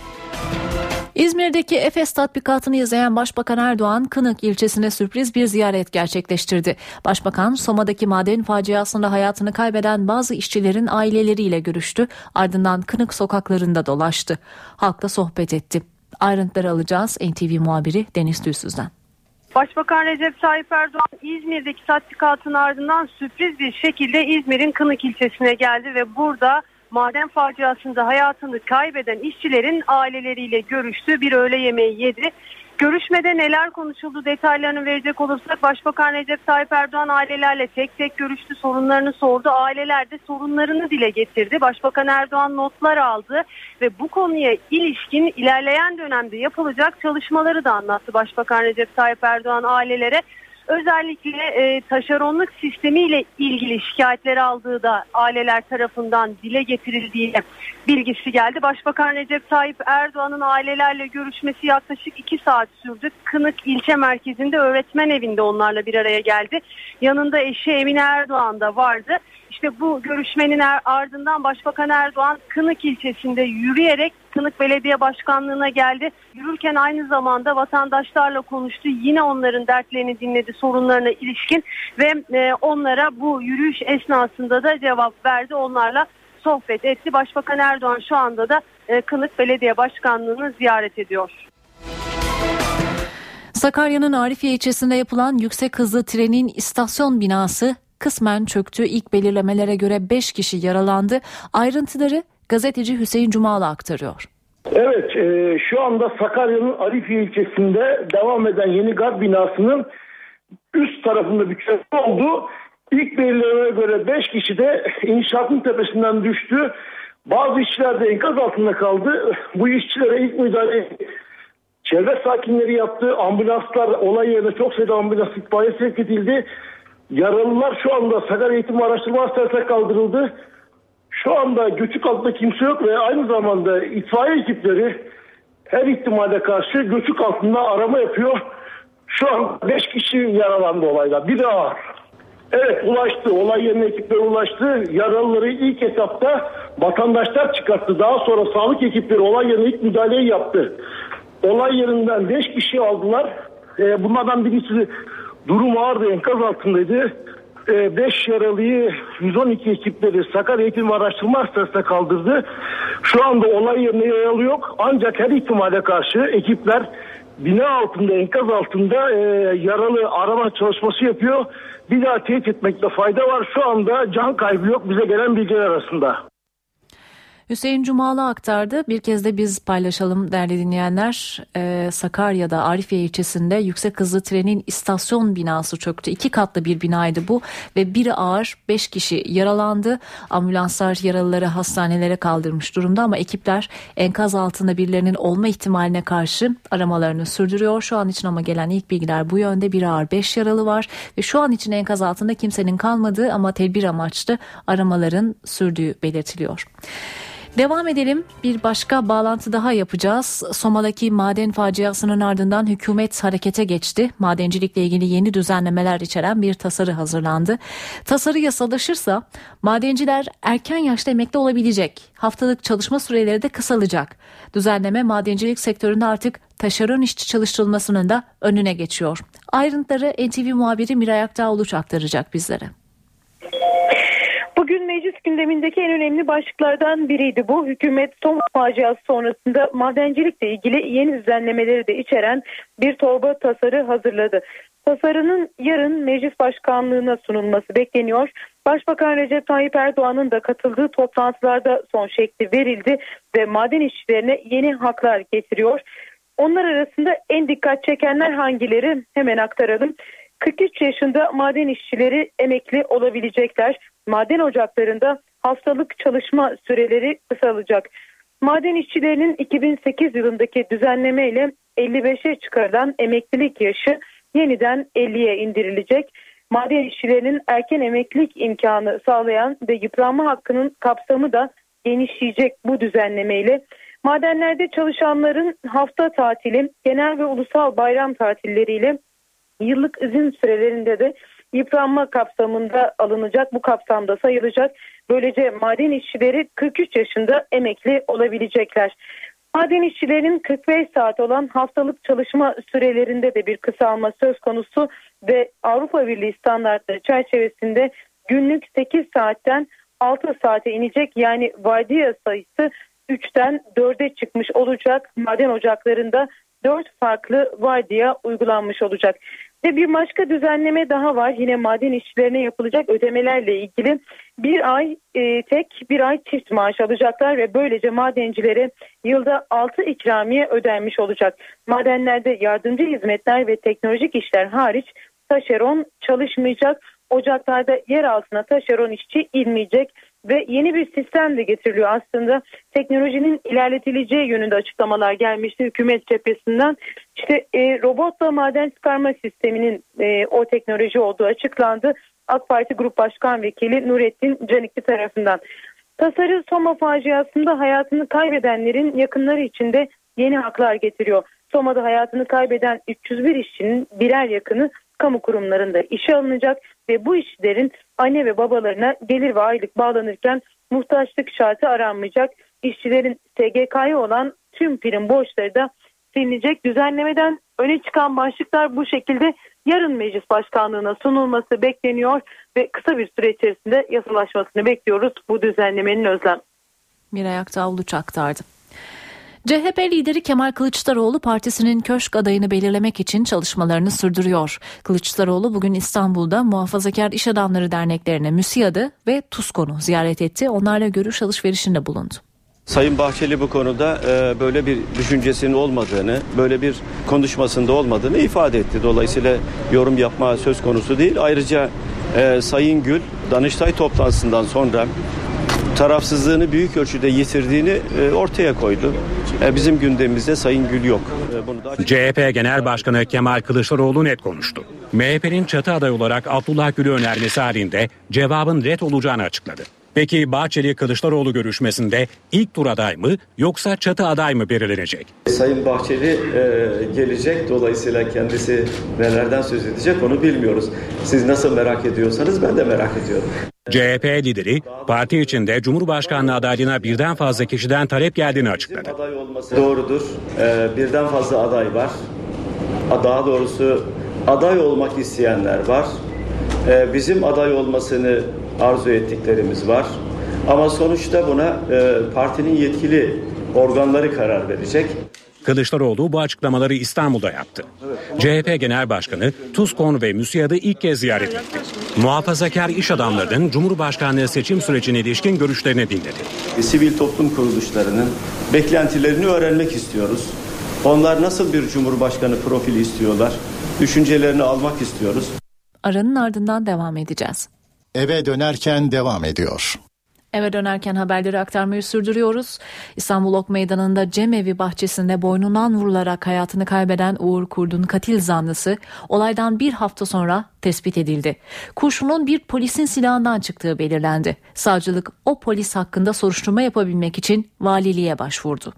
İzmir'deki Efes tatbikatını izleyen Başbakan Erdoğan, Kınık ilçesine sürpriz bir ziyaret gerçekleştirdi. Başbakan, Soma'daki maden faciasında hayatını kaybeden bazı işçilerin aileleriyle görüştü. Ardından Kınık sokaklarında dolaştı. Halkla sohbet etti. Ayrıntıları alacağız N T V muhabiri Deniz Tüysüz'den.
Başbakan Recep Tayyip Erdoğan İzmir'deki tatbikatın ardından sürpriz bir şekilde İzmir'in Kınık ilçesine geldi ve burada maden faciasında hayatını kaybeden işçilerin aileleriyle görüştü. Bir öğle yemeği yedi. Görüşmede neler konuşuldu detaylarını verecek olursak Başbakan Recep Tayyip Erdoğan ailelerle tek tek görüştü, sorunlarını sordu. Aileler de sorunlarını dile getirdi. Başbakan Erdoğan notlar aldı ve bu konuya ilişkin ilerleyen dönemde yapılacak çalışmaları da anlattı. Başbakan Recep Tayyip Erdoğan ailelere özellikle e, taşeronluk sistemiyle ilgili şikayetler aldığı da aileler tarafından dile getirildiği bilgisi geldi. Başbakan Recep Tayyip Erdoğan'ın ailelerle görüşmesi yaklaşık iki saat sürdü. Kınık ilçe merkezinde öğretmen evinde onlarla bir araya geldi. Yanında eşi Emine Erdoğan da vardı. İşte bu görüşmenin ardından Başbakan Erdoğan Kınık ilçesinde yürüyerek Kınık Belediye Başkanlığı'na geldi. Yürürken aynı zamanda vatandaşlarla konuştu. Yine onların dertlerini dinledi, sorunlarına ilişkin ve onlara bu yürüyüş esnasında da cevap verdi. Onlarla sohbet etti. Başbakan Erdoğan şu anda da Kınık Belediye Başkanlığı'nı ziyaret ediyor.
Sakarya'nın Arifiye ilçesinde yapılan yüksek hızlı trenin istasyon binası kısmen çöktü. İlk belirlemelere göre beş kişi yaralandı. Ayrıntıları gazeteci Hüseyin Cumalı aktarıyor.
Evet, e, şu anda Sakarya'nın Arifiye ilçesinde devam eden yeni gaz binasının üst tarafında bir çökme oldu. İlk belirlemelere göre beş kişi de inşaatın tepesinden düştü. Bazı işçiler de enkaz altında kaldı. Bu işçilere ilk müdahale çevre sakinleri yaptı. Ambulanslar olay yerine çok sayıda ambulans itfaiye sevk edildi. Yaralılar şu anda Sakarya Eğitim Araştırma Hastanesi'ne kaldırıldı. Şu anda göçük altında kimse yok ve aynı zamanda itfaiye ekipleri her ihtimale karşı göçük altında arama yapıyor. Şu an beş kişi yaralandı olayda. Biri ağır. Evet, ulaştı. Olay yerine ekipler ulaştı. Yaralıları ilk etapta vatandaşlar çıkarttı. Daha sonra sağlık ekipleri olay yerine ilk müdahaleyi yaptı. Olay yerinden beş kişi aldılar. Ee, bunlardan birisi durum ağırdı, enkaz altındaydı. beş yaralıyı yüz on iki ekipleri Sakarya Eğitim ve Araştırma Hastanesi'ne kaldırdı. Şu anda olay yerine yaralı yok. Ancak her ihtimale karşı ekipler bina altında, enkaz altında e, yaralı arama çalışması yapıyor. Bir daha teyit etmekte fayda var. Şu anda can kaybı yok bize gelen bilgiler arasında.
Hüseyin Cumalı aktardı. Bir kez de biz paylaşalım değerli dinleyenler. Ee, Sakarya'da Arifiye ilçesinde yüksek hızlı trenin istasyon binası çöktü. İki katlı bir binaydı bu ve biri ağır, beş kişi yaralandı. Ambulanslar yaralıları hastanelere kaldırmış durumda ama ekipler enkaz altında birilerinin olma ihtimaline karşı aramalarını sürdürüyor. Şu an için ama gelen ilk bilgiler bu yönde. Bir ağır, beş yaralı var ve şu an için enkaz altında kimsenin kalmadığı ama tedbir amaçlı aramaların sürdüğü belirtiliyor. Devam edelim. Bir başka bağlantı daha yapacağız. Soma'daki maden faciasının ardından hükümet harekete geçti. Madencilikle ilgili yeni düzenlemeler içeren bir tasarı hazırlandı. Tasarı yasalaşırsa madenciler erken yaşta emekli olabilecek. Haftalık çalışma süreleri de kısalacak. Düzenleme madencilik sektöründe artık taşeron işçi çalıştırılmasının da önüne geçiyor. Ayrıntıları N T V muhabiri Miray Aktağ-Uluç aktaracak bizlere.
Bugün meclis gündemindeki en önemli başlıklardan biriydi bu. Hükümet Soma faciası sonrasında madencilikle ilgili yeni düzenlemeleri de içeren bir torba tasarı hazırladı. Tasarının yarın meclis başkanlığına sunulması bekleniyor. Başbakan Recep Tayyip Erdoğan'ın da katıldığı toplantılarda son şekli verildi ve maden işçilerine yeni haklar getiriyor. Onlar arasında en dikkat çekenler hangileri? Hemen aktaralım. kırk üç yaşında maden işçileri emekli olabilecekler. Maden ocaklarında haftalık çalışma süreleri kısalacak. Maden işçilerinin iki bin sekiz yılındaki düzenlemeyle elli beşe çıkarılan emeklilik yaşı yeniden elliye indirilecek. Maden işçilerinin erken emeklilik imkanı sağlayan ve yıpranma hakkının kapsamı da genişleyecek bu düzenlemeyle. Madenlerde çalışanların hafta tatili, genel ve ulusal bayram tatilleriyle yıllık izin sürelerinde de yıpranma kapsamında alınacak, bu kapsamda sayılacak. Böylece maden işçileri kırk üç yaşında emekli olabilecekler. Maden işçilerinin kırk beş saat olan haftalık çalışma sürelerinde de bir kısalma söz konusu ve Avrupa Birliği standartları çerçevesinde günlük sekiz saatten altı saate inecek, yani vardiya sayısı üçten dörde çıkmış olacak. Maden ocaklarında dört farklı vardiya uygulanmış olacak. Ve bir başka düzenleme daha var. Yine maden işçilerine yapılacak ödemelerle ilgili bir ay e, tek bir ay çift maaş alacaklar ve böylece madencilere yılda altı ikramiye ödenmiş olacak. Madenlerde yardımcı hizmetler ve teknolojik işler hariç taşeron çalışmayacak. Ocaklarda yer altına taşeron işçi inmeyecek ve yeni bir sistem de getiriliyor aslında. Teknolojinin ilerletileceği yönünde açıklamalar gelmişti hükümet cephesinden. İşte e, robotla maden çıkarma sisteminin e, o teknoloji olduğu açıklandı. AK Parti Grup Başkan Vekili Nurettin Canikli tarafından. Tasarı Soma faciasında hayatını kaybedenlerin yakınları için de yeni haklar getiriyor. Soma'da hayatını kaybeden üç yüz bir işçinin birer yakını kamu kurumlarında işe alınacak ve bu işçilerin anne ve babalarına gelir ve aylık bağlanırken muhtaçlık şartı aranmayacak. İşçilerin S G K'ya olan tüm prim borçları da silinecek. Düzenlemeden öne çıkan başlıklar bu şekilde. Yarın meclis başkanlığına sunulması bekleniyor ve kısa bir süre içerisinde yasalaşmasını bekliyoruz bu düzenlemenin Özlem.
Miray Aktağ aktardı. C H P lideri Kemal Kılıçdaroğlu partisinin köşk adayını belirlemek için çalışmalarını sürdürüyor. Kılıçdaroğlu bugün İstanbul'da Muhafazakar İş Adamları Derneklerine MÜSİAD'ı ve TUSKON'u ziyaret etti. Onlarla görüş alışverişinde bulundu.
Sayın Bahçeli bu konuda e, böyle bir düşüncesinin olmadığını, böyle bir konuşmasında olmadığını ifade etti. Dolayısıyla yorum yapma söz konusu değil. Ayrıca e, Sayın Gül Danıştay toplantısından sonra tarafsızlığını büyük ölçüde yitirdiğini e, ortaya koydu. E, bizim gündemimizde Sayın Gül yok. E, bunu da...
C H P Genel Başkanı Kemal Kılıçdaroğlu net konuştu. M H P'nin çatı adayı olarak Abdullah Gül'ü önermesi halinde cevabın ret olacağını açıkladı. Peki Bahçeli-Kılıçdaroğlu görüşmesinde ilk tur aday mı yoksa çatı aday mı belirlenecek?
Sayın Bahçeli e, gelecek, dolayısıyla kendisi nelerden söz edecek onu bilmiyoruz. Siz nasıl merak ediyorsanız ben de merak ediyorum.
C H P lideri parti içinde Cumhurbaşkanlığı adaylığına birden fazla kişiden talep geldiğini açıkladı.
Aday olması doğrudur. Ee, birden fazla aday var. Daha doğrusu aday olmak isteyenler var. Ee, bizim aday olmasını arzu ettiklerimiz var. Ama sonuçta buna e, partinin yetkili organları karar verecek.
Kılıçdaroğlu bu açıklamaları İstanbul'da yaptı. C H P Genel Başkanı TUSKON ve MÜSİAD'ı ilk kez ziyaret etti. Muhafazakar iş adamlarının Cumhurbaşkanlığı seçim sürecine ilişkin görüşlerini dinledi.
Sivil toplum kuruluşlarının beklentilerini öğrenmek istiyoruz. Onlar nasıl bir Cumhurbaşkanı profili istiyorlar? Düşüncelerini almak istiyoruz.
Aranın ardından devam edeceğiz.
Eve dönerken devam ediyor.
Eve dönerken haberleri aktarmayı sürdürüyoruz. İstanbul Ok Meydanı'nda cemevi bahçesinde boynundan vurularak hayatını kaybeden Uğur Kurt'un katil zanlısı olaydan bir hafta sonra tespit edildi. Kurşunun bir polisin silahından çıktığı belirlendi. Savcılık o polis hakkında soruşturma yapabilmek için valiliğe başvurdu.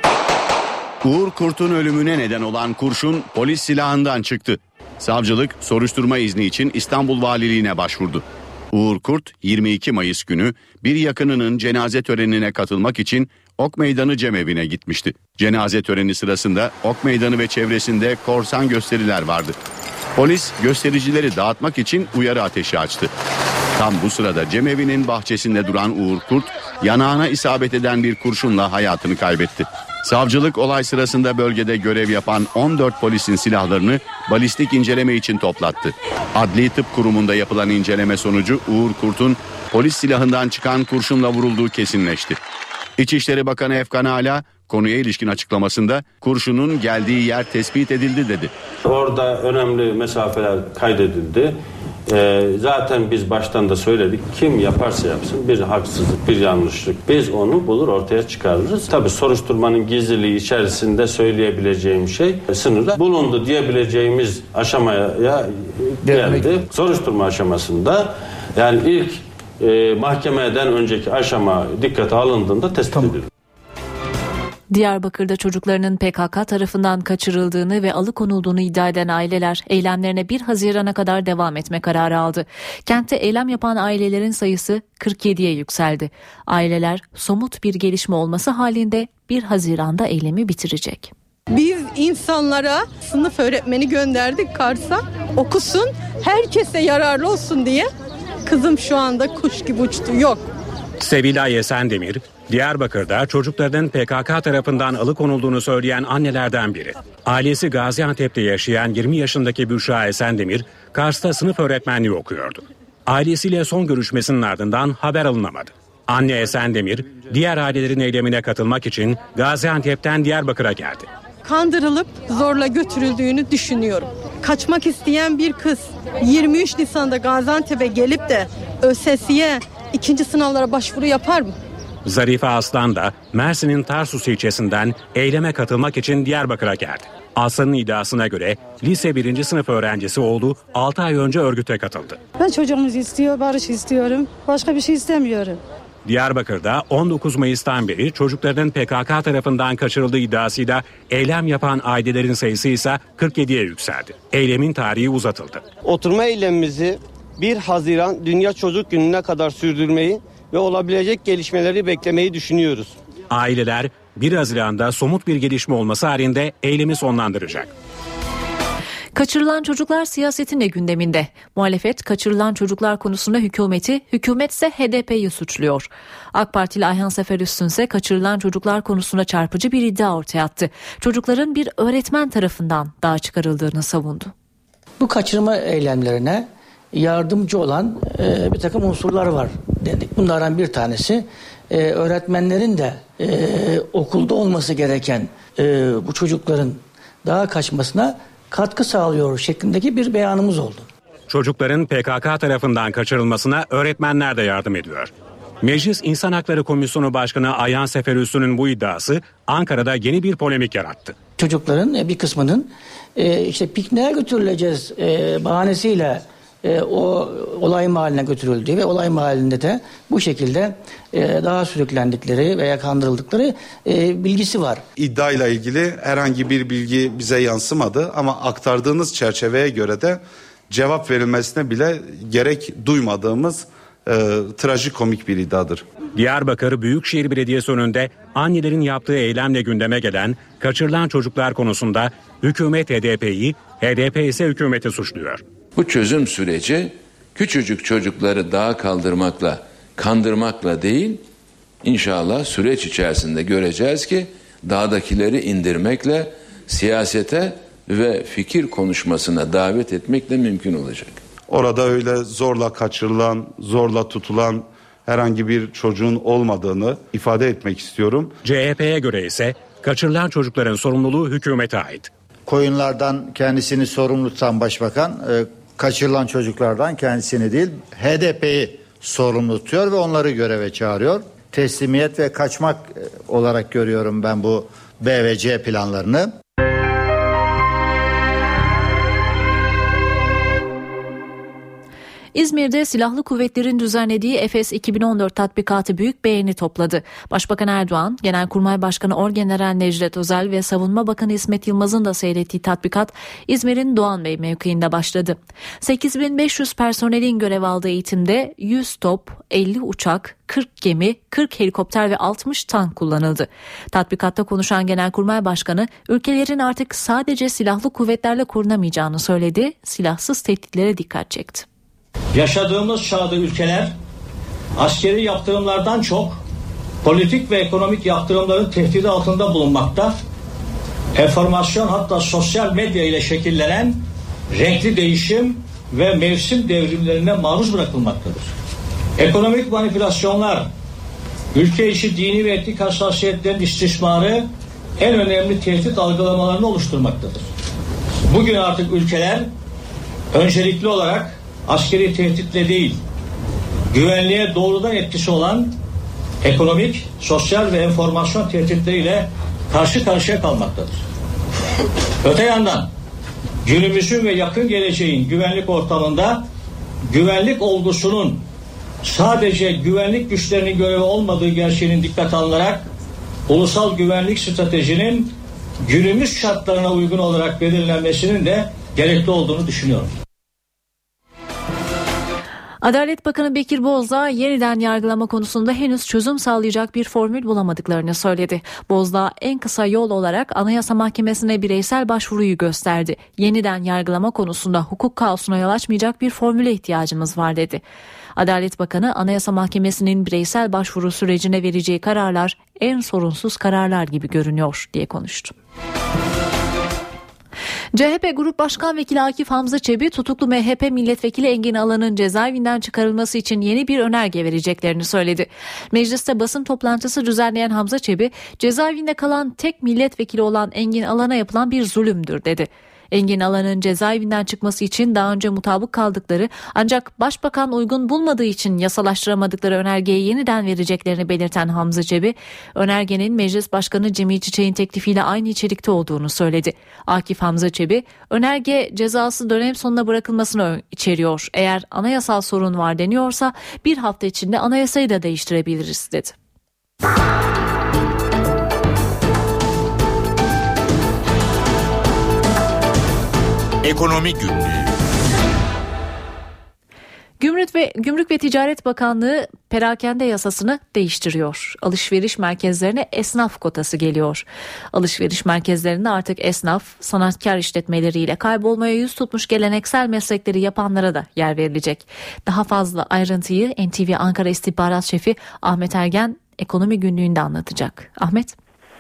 Uğur Kurt'un ölümüne neden olan kurşun polis silahından çıktı. Savcılık soruşturma izni için İstanbul Valiliğine başvurdu. Uğur Kurt yirmi iki Mayıs günü bir yakınının cenaze törenine katılmak için Ok Meydanı Cemevi'ne gitmişti. Cenaze töreni sırasında Ok Meydanı ve çevresinde korsan gösteriler vardı. Polis göstericileri dağıtmak için uyarı ateşi açtı. Tam bu sırada Cemevi'nin bahçesinde duran Uğur Kurt yanağına isabet eden bir kurşunla hayatını kaybetti. Savcılık olay sırasında bölgede görev yapan on dört polisin silahlarını balistik inceleme için toplattı. Adli Tıp Kurumu'nda yapılan inceleme sonucu Uğur Kurt'un polis silahından çıkan kurşunla vurulduğu kesinleşti. İçişleri Bakanı Efkan Ala konuya ilişkin açıklamasında kurşunun geldiği yer tespit edildi dedi.
Orada önemli mesafeler kaydedildi. Ee, zaten biz baştan da söyledik, kim yaparsa yapsın bir haksızlık, bir yanlışlık, biz onu bulur ortaya çıkarırız. Tabii soruşturmanın gizliliği içerisinde söyleyebileceğim şey sınırda bulundu diyebileceğimiz aşamaya geldi. Soruşturma aşamasında yani ilk e, mahkemeden önceki aşama dikkate alındığında tespit tamam. edildi.
Diyarbakır'da çocuklarının P K K tarafından kaçırıldığını ve alıkonulduğunu iddia eden aileler eylemlerine bir Haziran'a kadar devam etme kararı aldı. Kentte eylem yapan ailelerin sayısı kırk yediye yükseldi. Aileler somut bir gelişme olması halinde bir Haziran'da eylemi bitirecek.
Biz insanlara sınıf öğretmeni gönderdik Kars'a, okusun, herkese yararlı olsun diye. Kızım şu anda kuş gibi uçtu, yok.
Sevilay Esendemir, Diyarbakır'da çocuklarının P K K tarafından alıkonulduğunu söyleyen annelerden biri. Ailesi Gaziantep'te yaşayan yirmi yaşındaki Büşra Esendemir, Kars'ta sınıf öğretmenliği okuyordu. Ailesiyle son görüşmesinin ardından haber alınamadı. Anne Esendemir, diğer ailelerin eylemine katılmak için Gaziantep'ten Diyarbakır'a geldi.
Kandırılıp zorla götürüldüğünü düşünüyorum. Kaçmak isteyen bir kız yirmi üç Nisan'da Gaziantep'e gelip de ÖSS'ye ikinci sınavlara başvuru yapar mı?
Zarife Aslan da Mersin'in Tarsus ilçesinden eyleme katılmak için Diyarbakır'a geldi. Aslan'ın iddiasına göre lise birinci sınıf öğrencisi oğlu altı ay önce örgüte katıldı.
Ben çocuğumuzu istiyor, barış istiyorum. Başka bir şey istemiyorum.
Diyarbakır'da on dokuz Mayıs'tan beri çocuklarının P K K tarafından kaçırıldığı iddiasıyla eylem yapan ailelerin sayısı ise kırk yediye yükseldi. Eylemin tarihi uzatıldı.
Oturma eylemimizi bir Haziran Dünya Çocuk Günü'ne kadar sürdürmeyi ve olabilecek gelişmeleri beklemeyi düşünüyoruz.
Aileler bir Haziran'da somut bir gelişme olması halinde eylemi sonlandıracak.
Kaçırılan çocuklar siyasetin de gündeminde. Muhalefet kaçırılan çocuklar konusunda hükümeti, hükümet ise H D P'yi suçluyor. AK Partili Ayhan Seferüstün ise kaçırılan çocuklar konusunda çarpıcı bir iddia ortaya attı. Çocukların bir öğretmen tarafından dağa çıkarıldığını savundu.
Bu kaçırma eylemlerine yardımcı olan e, bir takım unsurlar var dedik. Bunlardan bir tanesi e, öğretmenlerin de e, okulda olması gereken e, bu çocukların dağa kaçmasına katkı sağlıyor şeklindeki bir beyanımız oldu.
Çocukların P K K tarafından kaçırılmasına öğretmenler de yardım ediyor. Meclis İnsan Hakları Komisyonu Başkanı Ayhan Seferüstü'nün bu iddiası Ankara'da yeni bir polemik yarattı.
Çocukların bir kısmının e, işte pikniğe götürüleceğiz e, bahanesiyle e, o olay mahalline götürüldüğü ve olay mahallinde de bu şekilde e, daha sürüklendikleri veya kandırıldıkları e, bilgisi var.
İddiayla ilgili herhangi bir bilgi bize yansımadı ama aktardığınız çerçeveye göre de cevap verilmesine bile gerek duymadığımız e, trajikomik bir iddiadır.
Diyarbakır Büyükşehir Belediyesi önünde annelerin yaptığı eylemle gündeme gelen kaçırılan çocuklar konusunda hükümet H D P'yi, H D P ise hükümeti suçluyor.
Bu çözüm süreci küçücük çocukları dağa kaldırmakla, kandırmakla değil, inşallah süreç içerisinde göreceğiz ki dağdakileri indirmekle siyasete ve fikir konuşmasına davet etmekle mümkün olacak.
Orada öyle zorla kaçırılan, zorla tutulan herhangi bir çocuğun olmadığını ifade etmek istiyorum.
C H P'ye göre ise kaçırılan çocukların sorumluluğu hükümete ait.
Koyunlardan kendisini sorumlu tutan başbakan e, kaçırılan çocuklardan kendisini değil H D P'yi sorumlu tutuyor ve onları göreve çağırıyor. Teslimiyet ve kaçmak e, olarak görüyorum ben bu B ve C planlarını.
İzmir'de silahlı kuvvetlerin düzenlediği Efes iki bin on dört tatbikatı büyük beğeni topladı. Başbakan Erdoğan, Genelkurmay Başkanı Orgeneral Necdet Özel ve Savunma Bakanı İsmet Yılmaz'ın da seyrettiği tatbikat İzmir'in Doğanbey mevkiinde başladı. sekiz bin beş yüz personelin görev aldığı eğitimde yüz top, elli uçak, kırk gemi, kırk helikopter ve altmış tank kullanıldı. Tatbikatta konuşan Genelkurmay Başkanı, ülkelerin artık sadece silahlı kuvvetlerle korunamayacağını söyledi, silahsız tehditlere dikkat çekti.
Yaşadığımız çağda ülkeler askeri yaptırımlardan çok politik ve ekonomik yaptırımların tehdidi altında bulunmakta. Enformasyon hatta sosyal medya ile şekillenen renkli değişim ve mevsim devrimlerine maruz bırakılmaktadır. Ekonomik manipülasyonlar, ülke içi dini ve etnik hassasiyetlerin istismarı en önemli tehdit algılamalarını oluşturmaktadır. Bugün artık ülkeler öncelikli olarak askeri tehditle değil, güvenliğe doğrudan etkisi olan ekonomik, sosyal ve enformasyon tehditleriyle karşı karşıya kalmaktadır. Öte yandan günümüzün ve yakın geleceğin güvenlik ortamında güvenlik olgusunun sadece güvenlik güçlerinin görevi olmadığı gerçeğinin dikkate alınarak ulusal güvenlik stratejinin günümüz şartlarına uygun olarak belirlenmesinin de gerekli olduğunu düşünüyorum.
Adalet Bakanı Bekir Bozdağ yeniden yargılama konusunda henüz çözüm sağlayacak bir formül bulamadıklarını söyledi. Bozdağ en kısa yol olarak Anayasa Mahkemesi'ne bireysel başvuruyu gösterdi. Yeniden yargılama konusunda hukuk kaosuna yol açmayacak bir formüle ihtiyacımız var dedi. Adalet Bakanı Anayasa Mahkemesi'nin bireysel başvuru sürecine vereceği kararlar en sorunsuz kararlar gibi görünüyor diye konuştu. C H P Grup Başkan Vekili Akif Hamza Çebi tutuklu M H P Milletvekili Engin Alan'ın cezaevinden çıkarılması için yeni bir önerge vereceklerini söyledi. Mecliste basın toplantısı düzenleyen Hamza Çebi, cezaevinde kalan tek milletvekili olan Engin Alan'a yapılan bir zulümdür dedi. Engin Alan'ın cezaevinden çıkması için daha önce mutabık kaldıkları ancak Başbakan uygun bulmadığı için yasalaştıramadıkları önergeyi yeniden vereceklerini belirten Hamza Çebi, önergenin Meclis Başkanı Cemil Çiçek'in teklifiyle aynı içerikte olduğunu söyledi. Akif Hamza Çebi, önerge cezası dönem sonuna bırakılmasını içeriyor. Eğer anayasal sorun var deniyorsa bir hafta içinde anayasayı da değiştirebiliriz dedi.
Ekonomi Günlüğü.
Gümrük ve Gümrük ve Ticaret Bakanlığı perakende yasasını değiştiriyor. Alışveriş merkezlerine esnaf kotası geliyor. Alışveriş merkezlerinde artık esnaf, sanatkar işletmeleriyle kaybolmaya yüz tutmuş geleneksel meslekleri yapanlara da yer verilecek. Daha fazla ayrıntıyı N T V Ankara İstihbarat Şefi Ahmet Ergen Ekonomi Günlüğü'nde anlatacak. Ahmet.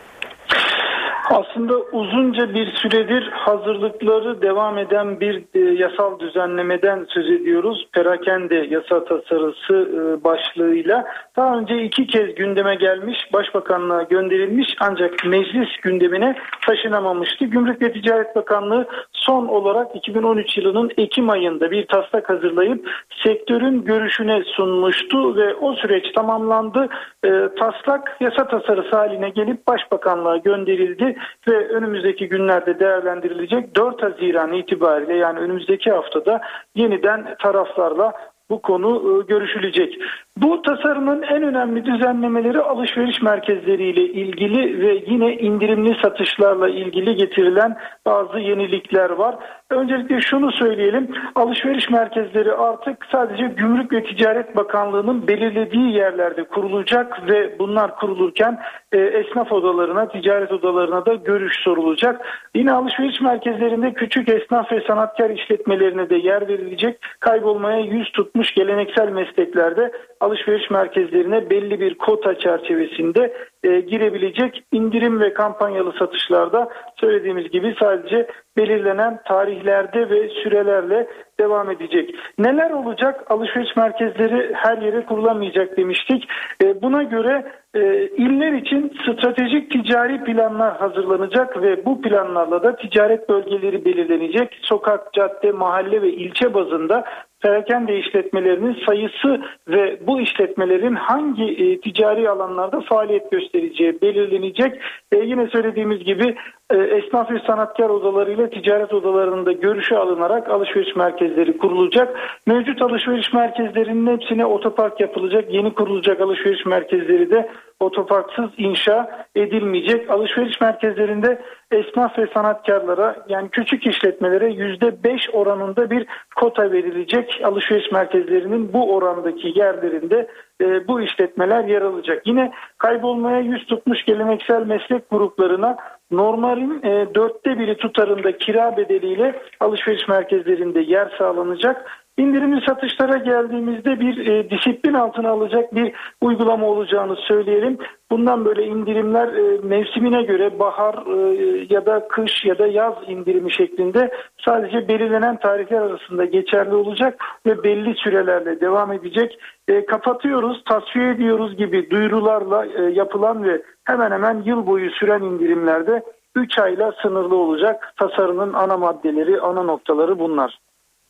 Aslında uzunca bir süredir hazırlıkları devam eden bir e, yasal düzenlemeden söz ediyoruz. Perakende yasa tasarısı e, başlığıyla daha önce iki kez gündeme gelmiş, Başbakanlığa gönderilmiş ancak meclis gündemine taşınamamıştı. Gümrük ve Ticaret Bakanlığı son olarak iki bin on üç yılının Ekim ayında bir taslak hazırlayıp sektörün görüşüne sunmuştu ve o süreç tamamlandı. E, taslak yasa tasarısı haline gelip Başbakanlığa gönderildi ve önümüzdeki günlerde değerlendirilecek. Dört Haziran itibariyle yani önümüzdeki haftada yeniden taraflarla bu konu görüşülecek. Bu tasarının en önemli düzenlemeleri alışveriş merkezleriyle ilgili ve yine indirimli satışlarla ilgili getirilen bazı yenilikler var. Öncelikle şunu söyleyelim. Alışveriş merkezleri artık sadece Gümrük ve Ticaret Bakanlığı'nın belirlediği yerlerde kurulacak ve bunlar kurulurken e, esnaf odalarına, ticaret odalarına da görüş sorulacak. Yine alışveriş merkezlerinde küçük esnaf ve sanatkar işletmelerine de yer verilecek. Kaybolmaya yüz tutmuş geleneksel mesleklerde alışveriş merkezlerine belli bir kota çerçevesinde e, girebilecek. İndirim ve kampanyalı satışlarda söylediğimiz gibi sadece belirlenen tarihlerde ve sürelerle devam edecek. Neler olacak? Alışveriş merkezleri her yere kurulamayacak demiştik. E, buna göre e, iller için stratejik ticari planlar hazırlanacak ve bu planlarla da ticaret bölgeleri belirlenecek. Sokak, cadde, mahalle ve ilçe bazında perakende işletmelerinin sayısı ve bu işletmelerin hangi e, ticari alanlarda faaliyet göstereceği belirlenecek. E, yine söylediğimiz gibi e, esnaf ve sanatkar odalarıyla ticaret odalarında görüşe alınarak alışveriş merkezleri kurulacak. Mevcut alışveriş merkezlerinin hepsine otopark yapılacak. Yeni kurulacak alışveriş merkezleri de otoparksız inşa edilmeyecek. Alışveriş merkezlerinde esnaf ve sanatkarlara yani küçük işletmelere yüzde beş oranında bir kota verilecek. Alışveriş merkezlerinin bu orandaki yerlerinde e, bu işletmeler yer alacak. Yine kaybolmaya yüz tutmuş geleneksel meslek gruplarına normalin e, dörtte biri tutarında kira bedeliyle alışveriş merkezlerinde yer sağlanacak. İndirimli satışlara geldiğimizde bir e, disiplin altına alacak bir uygulama olacağını söyleyelim. Bundan böyle indirimler e, mevsimine göre bahar e, ya da kış ya da yaz indirimi şeklinde sadece belirlenen tarihler arasında geçerli olacak ve belli sürelerle devam edecek. E, kapatıyoruz, tasfiye ediyoruz gibi duyurularla e, yapılan ve hemen hemen yıl boyu süren indirimlerde üç ayla sınırlı olacak. Tasarının ana maddeleri, ana noktaları bunlar.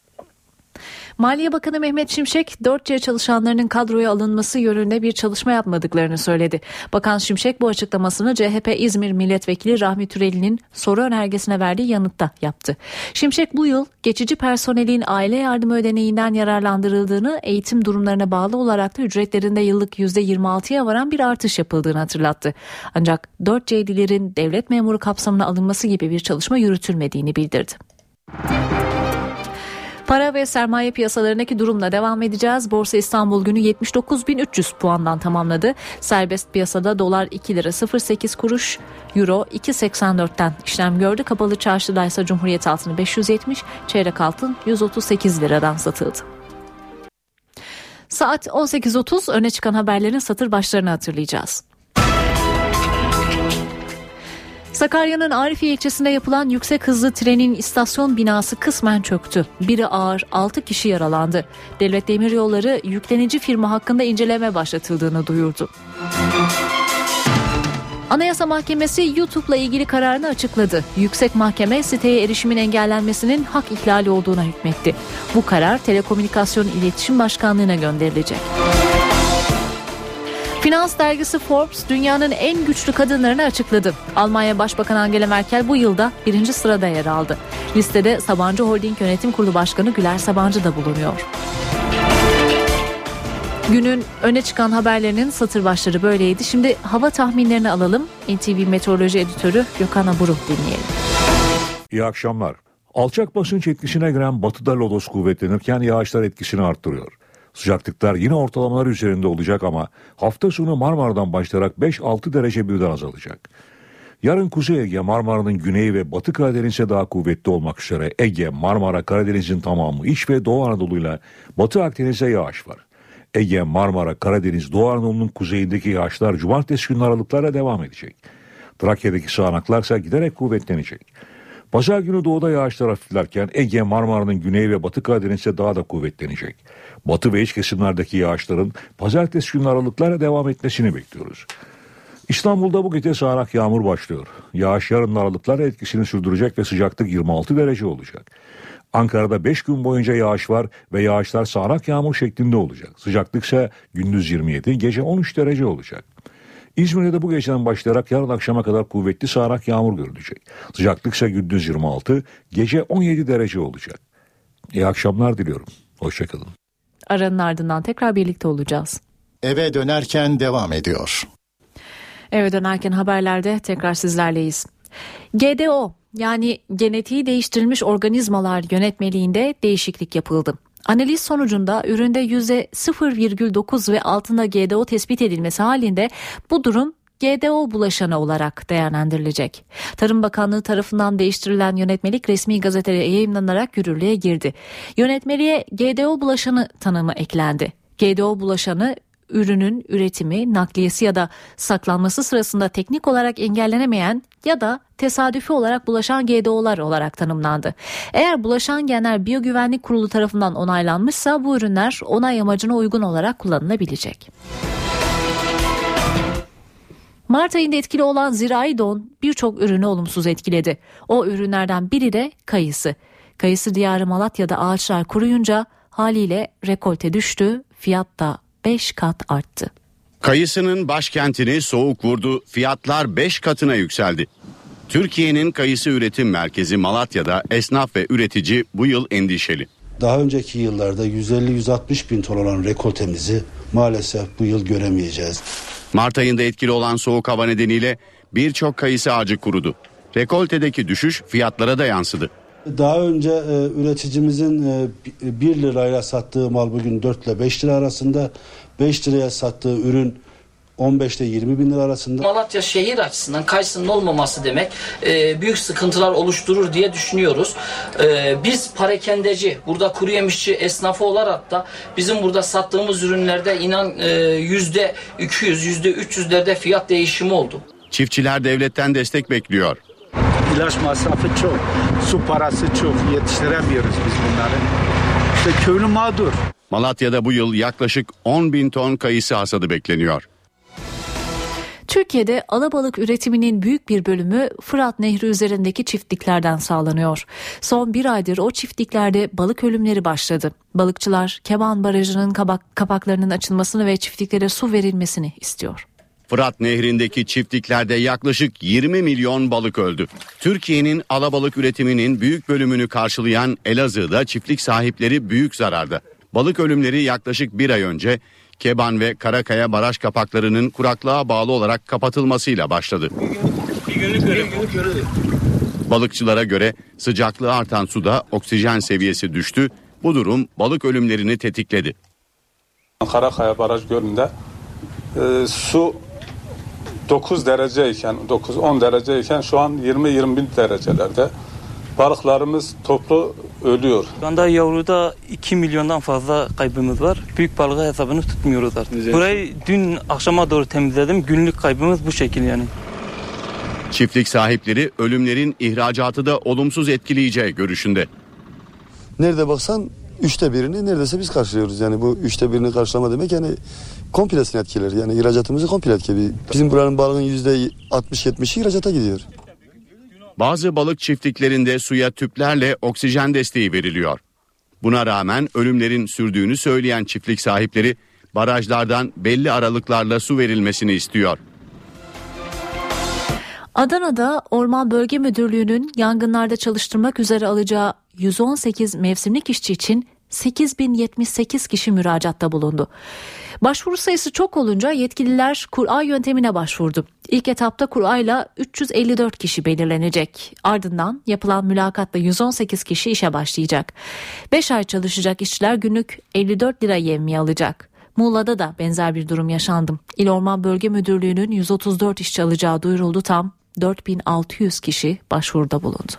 Maliye Bakanı Mehmet Şimşek, dört C çalışanlarının kadroya alınması yönünde bir çalışma yapmadıklarını söyledi. Bakan Şimşek bu açıklamasını C H P İzmir Milletvekili Rahmi Türeli'nin soru önergesine verdiği yanıtta yaptı. Şimşek bu yıl geçici personelin aile yardımı ödeneğinden yararlandırıldığını, eğitim durumlarına bağlı olarak da ücretlerinde yıllık yüzde yirmi altıya varan bir artış yapıldığını hatırlattı. Ancak dört C'lilerin devlet memuru kapsamına alınması gibi bir çalışma yürütülmediğini bildirdi. Para ve sermaye piyasalarındaki durumla devam edeceğiz. Borsa İstanbul günü yetmiş dokuz bin üç yüz puandan tamamladı. Serbest piyasada dolar iki lira sıfır sekiz kuruş, euro iki seksen dörtten işlem gördü. Kapalı çarşıda ise Cumhuriyet altını beş yüz yetmiş, çeyrek altın yüz otuz sekiz liradan satıldı. Saat on sekiz otuz, öne çıkan haberlerin satır başlarını hatırlayacağız. Sakarya'nın Arifiye ilçesinde yapılan yüksek hızlı trenin istasyon binası kısmen çöktü. Biri ağır, altı kişi yaralandı. Devlet Demiryolları yüklenici firma hakkında inceleme başlatıldığını duyurdu. Anayasa Mahkemesi YouTube'la ilgili kararını açıkladı. Yüksek Mahkeme siteye erişimin engellenmesinin hak ihlali olduğuna hükmetti. Bu karar Telekomünikasyon İletişim Başkanlığı'na gönderilecek. Finans dergisi Forbes dünyanın en güçlü kadınlarını açıkladı. Almanya Başbakanı Angela Merkel bu yılda birinci sırada yer aldı. Listede Sabancı Holding Yönetim Kurulu Başkanı Güler Sabancı da bulunuyor. Günün öne çıkan haberlerinin satır başları böyleydi. Şimdi hava tahminlerini alalım. N T V Meteoroloji Editörü Gökhan Abur'u dinleyelim.
İyi akşamlar. Alçak basınç etkisine giren batıda lodos kuvvetlenirken yağışlar etkisini arttırıyor. Sıcaklıklar yine ortalamalar üzerinde olacak ama hafta sonu Marmara'dan başlayarak beş altı derece birden azalacak. Yarın Kuzey Ege, Marmara'nın güneyi ve Batı Karadeniz'e daha kuvvetli olmak üzere Ege, Marmara, Karadeniz'in tamamı, İç ve Doğu Anadolu'yla Batı Akdeniz'e yağış var. Ege, Marmara, Karadeniz, Doğu Anadolu'nun kuzeyindeki yağışlar cumartesi günü aralıklarla devam edecek. Trakya'daki sağanaklarsa giderek kuvvetlenecek. Pazar günü doğuda yağışlar hafiflerken Ege, Marmara'nın güneyi ve Batı Karadeniz'e daha da kuvvetlenecek. Batı ve iç kesimlerdeki yağışların pazartesi günü aralıklarla devam etmesini bekliyoruz. İstanbul'da bu gece sağanak yağmur başlıyor. Yağış yarın aralıklarla etkisini sürdürecek ve sıcaklık yirmi altı derece olacak. Ankara'da beş gün boyunca yağış var ve yağışlar sağanak yağmur şeklinde olacak. Sıcaklık ise gündüz yirmi yedi, gece on üç derece olacak. İzmir'de de bu geceden başlayarak yarın akşama kadar kuvvetli sağanak yağmur görülecek. Sıcaklık ise gündüz yirmi altı, gece on yedi derece olacak. İyi akşamlar diliyorum. Hoşçakalın.
Aranın ardından tekrar birlikte olacağız.
Eve dönerken devam ediyor.
Eve dönerken haberlerde tekrar sizlerleyiz. G D O yani genetiği değiştirilmiş organizmalar yönetmeliğinde değişiklik yapıldı. Analiz sonucunda üründe yüzde sıfır virgül dokuz ve altında G D O tespit edilmesi halinde bu durum G D O bulaşanı olarak değerlendirilecek. Tarım Bakanlığı tarafından değiştirilen yönetmelik resmi gazetede yayımlanarak yürürlüğe girdi. Yönetmeliğe G D O bulaşanı tanımı eklendi. G D O bulaşanı ürünün üretimi, nakliyesi ya da saklanması sırasında teknik olarak engellenemeyen ya da tesadüfi olarak bulaşan G D O'lar olarak tanımlandı. Eğer bulaşan genler Biyogüvenlik Kurulu tarafından onaylanmışsa bu ürünler onay amacına uygun olarak kullanılabilecek. Mart ayında etkili olan zirai don birçok ürünü olumsuz etkiledi. O ürünlerden biri de kayısı. Kayısı diyarı Malatya'da ağaçlar kuruyunca haliyle rekolte düştü, fiyat da beş kat arttı.
Kayısının başkentini soğuk vurdu, fiyatlar beş katına yükseldi. Türkiye'nin kayısı üretim merkezi Malatya'da esnaf ve üretici bu yıl endişeli.
Daha önceki yıllarda yüz elli yüz altmış bin ton olan rekoltemizi maalesef bu yıl göremeyeceğiz.
Mart ayında etkili olan soğuk hava nedeniyle birçok kayısı ağacı kurudu. Rekoltedeki düşüş fiyatlara da yansıdı.
Daha önce e, üreticimizin e, bir lirayla sattığı mal bugün dört ile beş lira arasında, beş liraya sattığı ürün on beş ile yirmi bin lira arasında.
Malatya şehir açısından kayısının olmaması demek e, büyük sıkıntılar oluşturur diye düşünüyoruz. E, biz parakendeci, burada kuru yemişçi esnafı olarak da bizim burada sattığımız ürünlerde inan e, yüzde iki yüz, yüzde üç yüzlerde fiyat değişimi oldu.
Çiftçiler devletten destek bekliyor.
İlaç masrafı çok, su parası çok, yetiştiremiyoruz biz bunları. İşte köylü mağdur.
Malatya'da bu yıl yaklaşık on bin ton kayısı hasadı bekleniyor.
Türkiye'de alabalık üretiminin büyük bir bölümü Fırat Nehri üzerindeki çiftliklerden sağlanıyor. Son bir aydır o çiftliklerde balık ölümleri başladı. Balıkçılar Keban Barajı'nın kabak, kapaklarının açılmasını ve çiftliklere su verilmesini istiyor.
Fırat Nehri'ndeki çiftliklerde yaklaşık yirmi milyon balık öldü. Türkiye'nin alabalık üretiminin büyük bölümünü karşılayan Elazığ'da çiftlik sahipleri büyük zararda. Balık ölümleri yaklaşık bir ay önce Keban ve Karakaya baraj kapaklarının kuraklığa bağlı olarak kapatılmasıyla başladı. Balıkçılara göre sıcaklığı artan suda oksijen seviyesi düştü Bu durum balık ölümlerini tetikledi.
Karakaya Baraj Gölü'nde e, su dokuz dereceyken, dokuz on dereceyken şu an yirmi yirmi bir derecelerde. Balıklarımız toplu ölüyor.
Şu anda yavruda iki milyondan fazla kaybımız var. Büyük balığa hesabını tutmuyoruz artık. Burayı dün akşama doğru temizledim. Günlük kaybımız bu şekil yani.
Çiftlik sahipleri ölümlerin ihracatı da olumsuz etkileyeceği görüşünde.
Nerede baksan üçte birini neredeyse biz karşılıyoruz. Yani bu üçte birini karşılama demek yani komplesini etkiler. Yani ihracatımızı komple etkiler. Bizim buranın balığın yüzde altmış yetmişi ihracata gidiyor.
Bazı balık çiftliklerinde suya tüplerle oksijen desteği veriliyor. Buna rağmen ölümlerin sürdüğünü söyleyen çiftlik sahipleri barajlardan belli aralıklarla su verilmesini istiyor.
Adana'da Orman Bölge Müdürlüğü'nün yangınlarda çalıştırmak üzere alacağı yüz on sekiz mevsimlik işçi için sekiz bin yetmiş sekiz kişi müracaatta bulundu. Başvuru sayısı çok olunca yetkililer kura yöntemine başvurdu. İlk etapta kurayla üç yüz elli dört kişi belirlenecek. Ardından yapılan mülakatla yüz on sekiz kişi işe başlayacak. beş ay çalışacak işçiler günlük elli dört lira yevmiye alacak. Muğla'da da benzer bir durum yaşandı. İl Orman Bölge Müdürlüğü'nün yüz otuz dört işçi alacağı duyuruldu. Tam dört bin altı yüz kişi başvuruda bulundu.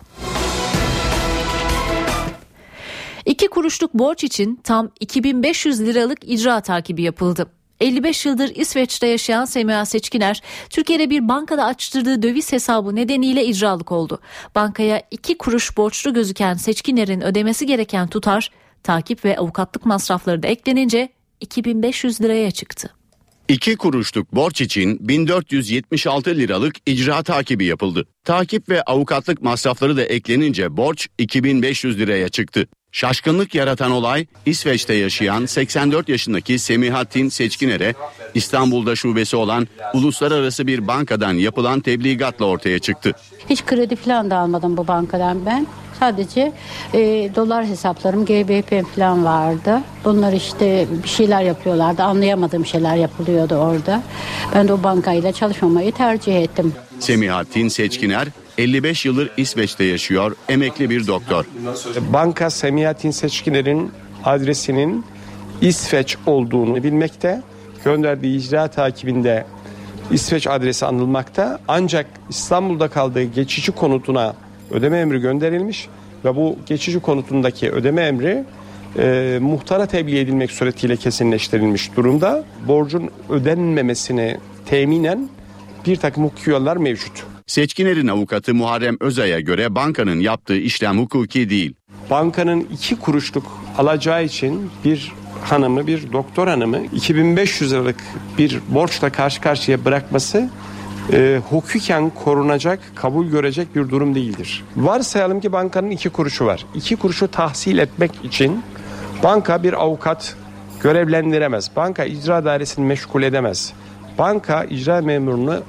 İki kuruşluk borç için tam iki bin beş yüz liralık icra takibi yapıldı. elli beş yıldır İsveç'te yaşayan Semiha Seçkiner, Türkiye'de bir bankada açtırdığı döviz hesabı nedeniyle icralık oldu. Bankaya iki kuruş borçlu gözüken Seçkiner'in ödemesi gereken tutar, takip ve avukatlık masrafları da eklenince iki bin beş yüz liraya çıktı.
İki kuruşluk borç için bin dört yüz yetmiş altı liralık icra takibi yapıldı. Takip ve avukatlık masrafları da eklenince borç iki bin beş yüz liraya çıktı. Şaşkınlık yaratan olay İsveç'te yaşayan seksen dört yaşındaki Semihattin Seçkiner'e İstanbul'da şubesi olan uluslararası bir bankadan yapılan tebligatla ortaya çıktı.
Hiç kredi falan da almadım bu bankadan ben. Sadece e, dolar hesaplarım, G B P falan vardı. Bunlar işte bir şeyler yapıyorlardı. Anlayamadığım şeyler yapılıyordu orada. Ben de o bankayla çalışmamayı tercih ettim.
Semihattin Seçkiner elli beş yıldır İsveç'te yaşıyor, emekli bir doktor.
Banka Semihattin Seçkiner'in adresinin İsveç olduğunu bilmekte, gönderdiği icra takibinde İsveç adresi anılmakta, ancak İstanbul'da kaldığı geçici konutuna ödeme emri gönderilmiş ve bu geçici konutundaki ödeme emri e, muhtara tebliğ edilmek suretiyle kesinleştirilmiş durumda. Borcun ödenmemesini teminen bir takım hukuki yollar mevcut.
Seçkiner'in avukatı Muharrem Özay'a göre bankanın yaptığı işlem hukuki değil.
Bankanın iki kuruşluk alacağı için bir hanımı, bir doktor hanımı iki bin beş yüz liralık bir borçla karşı karşıya bırakması e, hukuken korunacak, kabul görecek bir durum değildir. Varsayalım ki bankanın iki kuruşu var. İki kuruşu tahsil etmek için banka bir avukat görevlendiremez. Banka icra dairesini meşgul edemez. Banka icra memurunu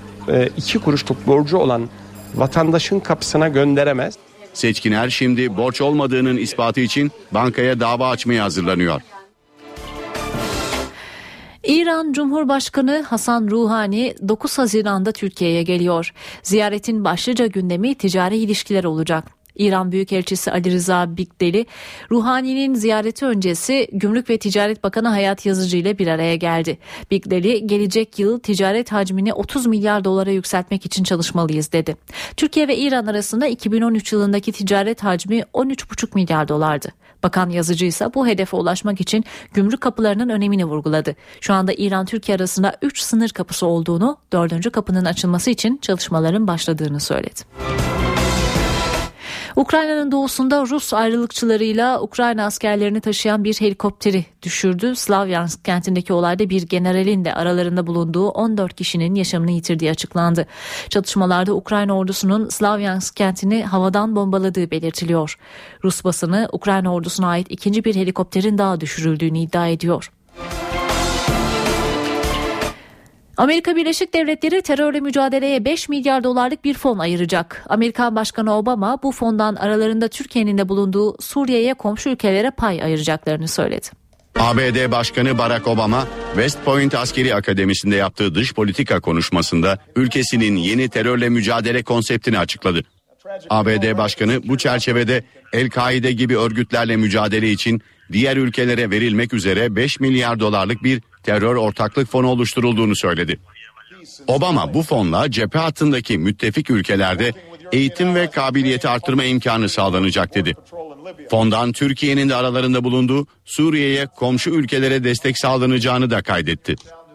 iki kuruşluk borcu olan vatandaşın kapısına gönderemez.
Seçkiner şimdi borç olmadığının ispatı için bankaya dava açmaya hazırlanıyor.
İran Cumhurbaşkanı Hasan Ruhani dokuz Haziran'da Türkiye'ye geliyor. Ziyaretin başlıca gündemi ticari ilişkiler olacak. İran Büyükelçisi Ali Rıza Bigdeli, Ruhani'nin ziyareti öncesi Gümrük ve Ticaret Bakanı Hayat Yazıcı ile bir araya geldi. Bigdeli, gelecek yıl ticaret hacmini otuz milyar dolara yükseltmek için çalışmalıyız dedi. Türkiye ve İran arasında iki bin on üç yılındaki ticaret hacmi on üç buçuk milyar dolardı. Bakan Yazıcı ise bu hedefe ulaşmak için gümrük kapılarının önemini vurguladı. Şu anda İran-Türkiye arasında üç sınır kapısı olduğunu, dördüncü kapının açılması için çalışmaların başladığını söyledi. Ukrayna'nın doğusunda Rus ayrılıkçılarıyla Ukrayna askerlerini taşıyan bir helikopteri düşürdü. Slavyansk kentindeki olayda bir generalin de aralarında bulunduğu on dört kişinin yaşamını yitirdiği açıklandı. Çatışmalarda Ukrayna ordusunun Slavyansk kentini havadan bombaladığı belirtiliyor. Rus basını Ukrayna ordusuna ait ikinci bir helikopterin daha düşürüldüğünü iddia ediyor. Amerika Birleşik Devletleri terörle mücadeleye beş milyar dolarlık bir fon ayıracak. Amerikan Başkanı Obama bu fondan aralarında Türkiye'nin de bulunduğu Suriye'ye komşu ülkelere pay ayıracaklarını söyledi.
A B D Başkanı Barack Obama, West Point Askeri Akademisi'nde yaptığı dış politika konuşmasında ülkesinin yeni terörle mücadele konseptini açıkladı. A B D Başkanı bu çerçevede El-Kaide gibi örgütlerle mücadele için diğer ülkelere verilmek üzere beş milyar dolarlık bir terör ortaklık fonu oluşturulduğunu söyledi. Obama bu fonla cephe hattındaki müttefik ülkelerde eğitim ve kabiliyeti artırma imkanı sağlanacak dedi. Fondan Türkiye'nin de aralarında bulunduğu Suriye'ye komşu ülkelere destek sağlanacağını da kaydetti.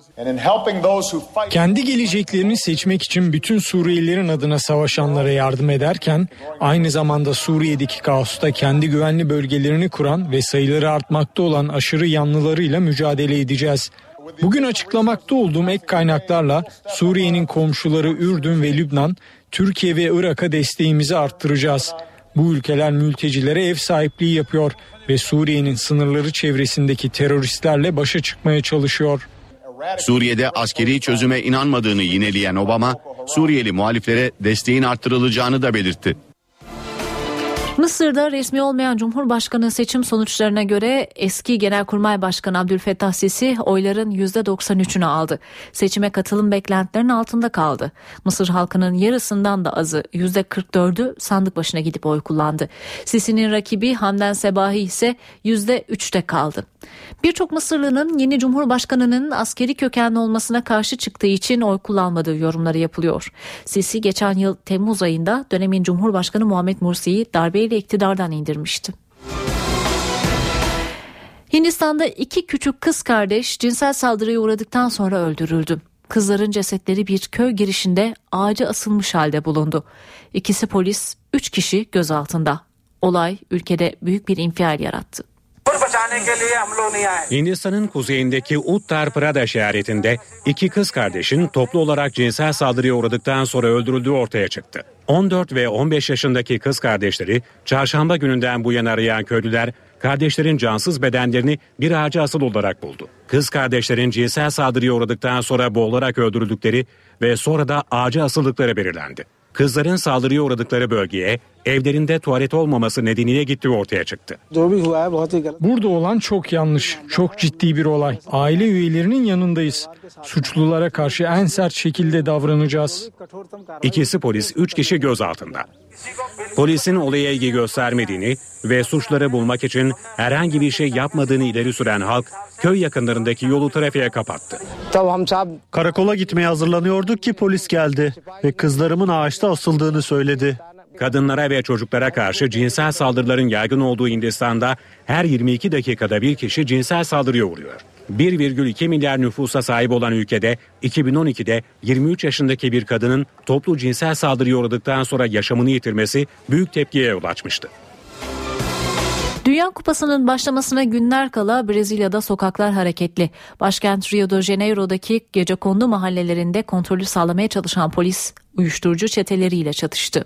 Kendi geleceklerini seçmek için bütün Suriyelilerin adına savaşanlara yardım ederken aynı zamanda Suriye'deki kaosta kendi güvenli bölgelerini kuran ve sayıları artmakta olan aşırı yanlılarıyla mücadele edeceğiz. Bugün açıklamakta olduğum ek kaynaklarla Suriye'nin komşuları Ürdün ve Lübnan, Türkiye ve Irak'a desteğimizi arttıracağız. Bu ülkeler mültecilere ev sahipliği yapıyor ve Suriye'nin sınırları çevresindeki teröristlerle başa çıkmaya çalışıyor.
Suriye'de askeri çözüme inanmadığını yineleyen Obama, Suriyeli muhaliflere desteğin arttırılacağını da belirtti.
Mısır'da resmi olmayan Cumhurbaşkanı seçim sonuçlarına göre eski Genelkurmay Başkanı Abdülfettah Sisi oyların yüzde doksan üçünü aldı. Seçime katılım beklentilerinin altında kaldı. Mısır halkının yarısından da azı yüzde kırk dördü sandık başına gidip oy kullandı. Sisi'nin rakibi Hamden Sebahi ise yüzde üçte kaldı. Birçok Mısırlı'nın yeni Cumhurbaşkanı'nın askeri kökenli olmasına karşı çıktığı için oy kullanmadığı yorumları yapılıyor. Sisi geçen yıl Temmuz ayında dönemin Cumhurbaşkanı Muhammed Mursi'yi darbeyle iktidardan indirmişti. Hindistan'da iki küçük kız kardeş cinsel saldırıya uğradıktan sonra öldürüldü. Kızların cesetleri bir köy girişinde ağaca asılmış halde bulundu. İkisi polis, üç kişi gözaltında. Olay ülkede büyük bir infial yarattı.
Hindistan'ın kuzeyindeki Uttar Pradesh eyaletinde iki kız kardeşin toplu olarak cinsel saldırıya uğradıktan sonra öldürüldüğü ortaya çıktı. on dört ve on beş yaşındaki kız kardeşleri çarşamba gününden bu yana arayan köylüler kardeşlerin cansız bedenlerini bir ağaca asılı olarak buldu. Kız kardeşlerin cinsel saldırıya uğradıktan sonra boğularak öldürüldükleri ve sonra da ağaca asıldıkları belirlendi. Kızların saldırıya uğradıkları bölgeye evlerinde tuvalet olmaması nedeniyle gittiği ortaya çıktı.
Burada olan çok yanlış, çok ciddi bir olay. Aile üyelerinin yanındayız. Suçlulara karşı en sert şekilde davranacağız.
İkisi polis, üç kişi gözaltında. Polisin olaya ilgi göstermediğini ve suçları bulmak için herhangi bir şey yapmadığını ileri süren halk köy yakınlarındaki yolu trafiğe kapattı.
Karakola gitmeye hazırlanıyorduk ki polis geldi ve kızlarımın ağaçta asıldığını söyledi.
Kadınlara ve çocuklara karşı cinsel saldırıların yaygın olduğu Hindistan'da her yirmi iki dakikada bir kişi cinsel saldırıya uğruyor. bir virgül iki milyar nüfusa sahip olan ülkede iki bin on ikide yirmi üç yaşındaki bir kadının toplu cinsel saldırıya uğradıktan sonra yaşamını yitirmesi büyük tepkiye yol açmıştı.
Dünya Kupası'nın başlamasına günler kala Brezilya'da sokaklar hareketli. Başkent Rio de Janeiro'daki gecekondu mahallelerinde kontrolü sağlamaya çalışan polis uyuşturucu çeteleriyle çatıştı.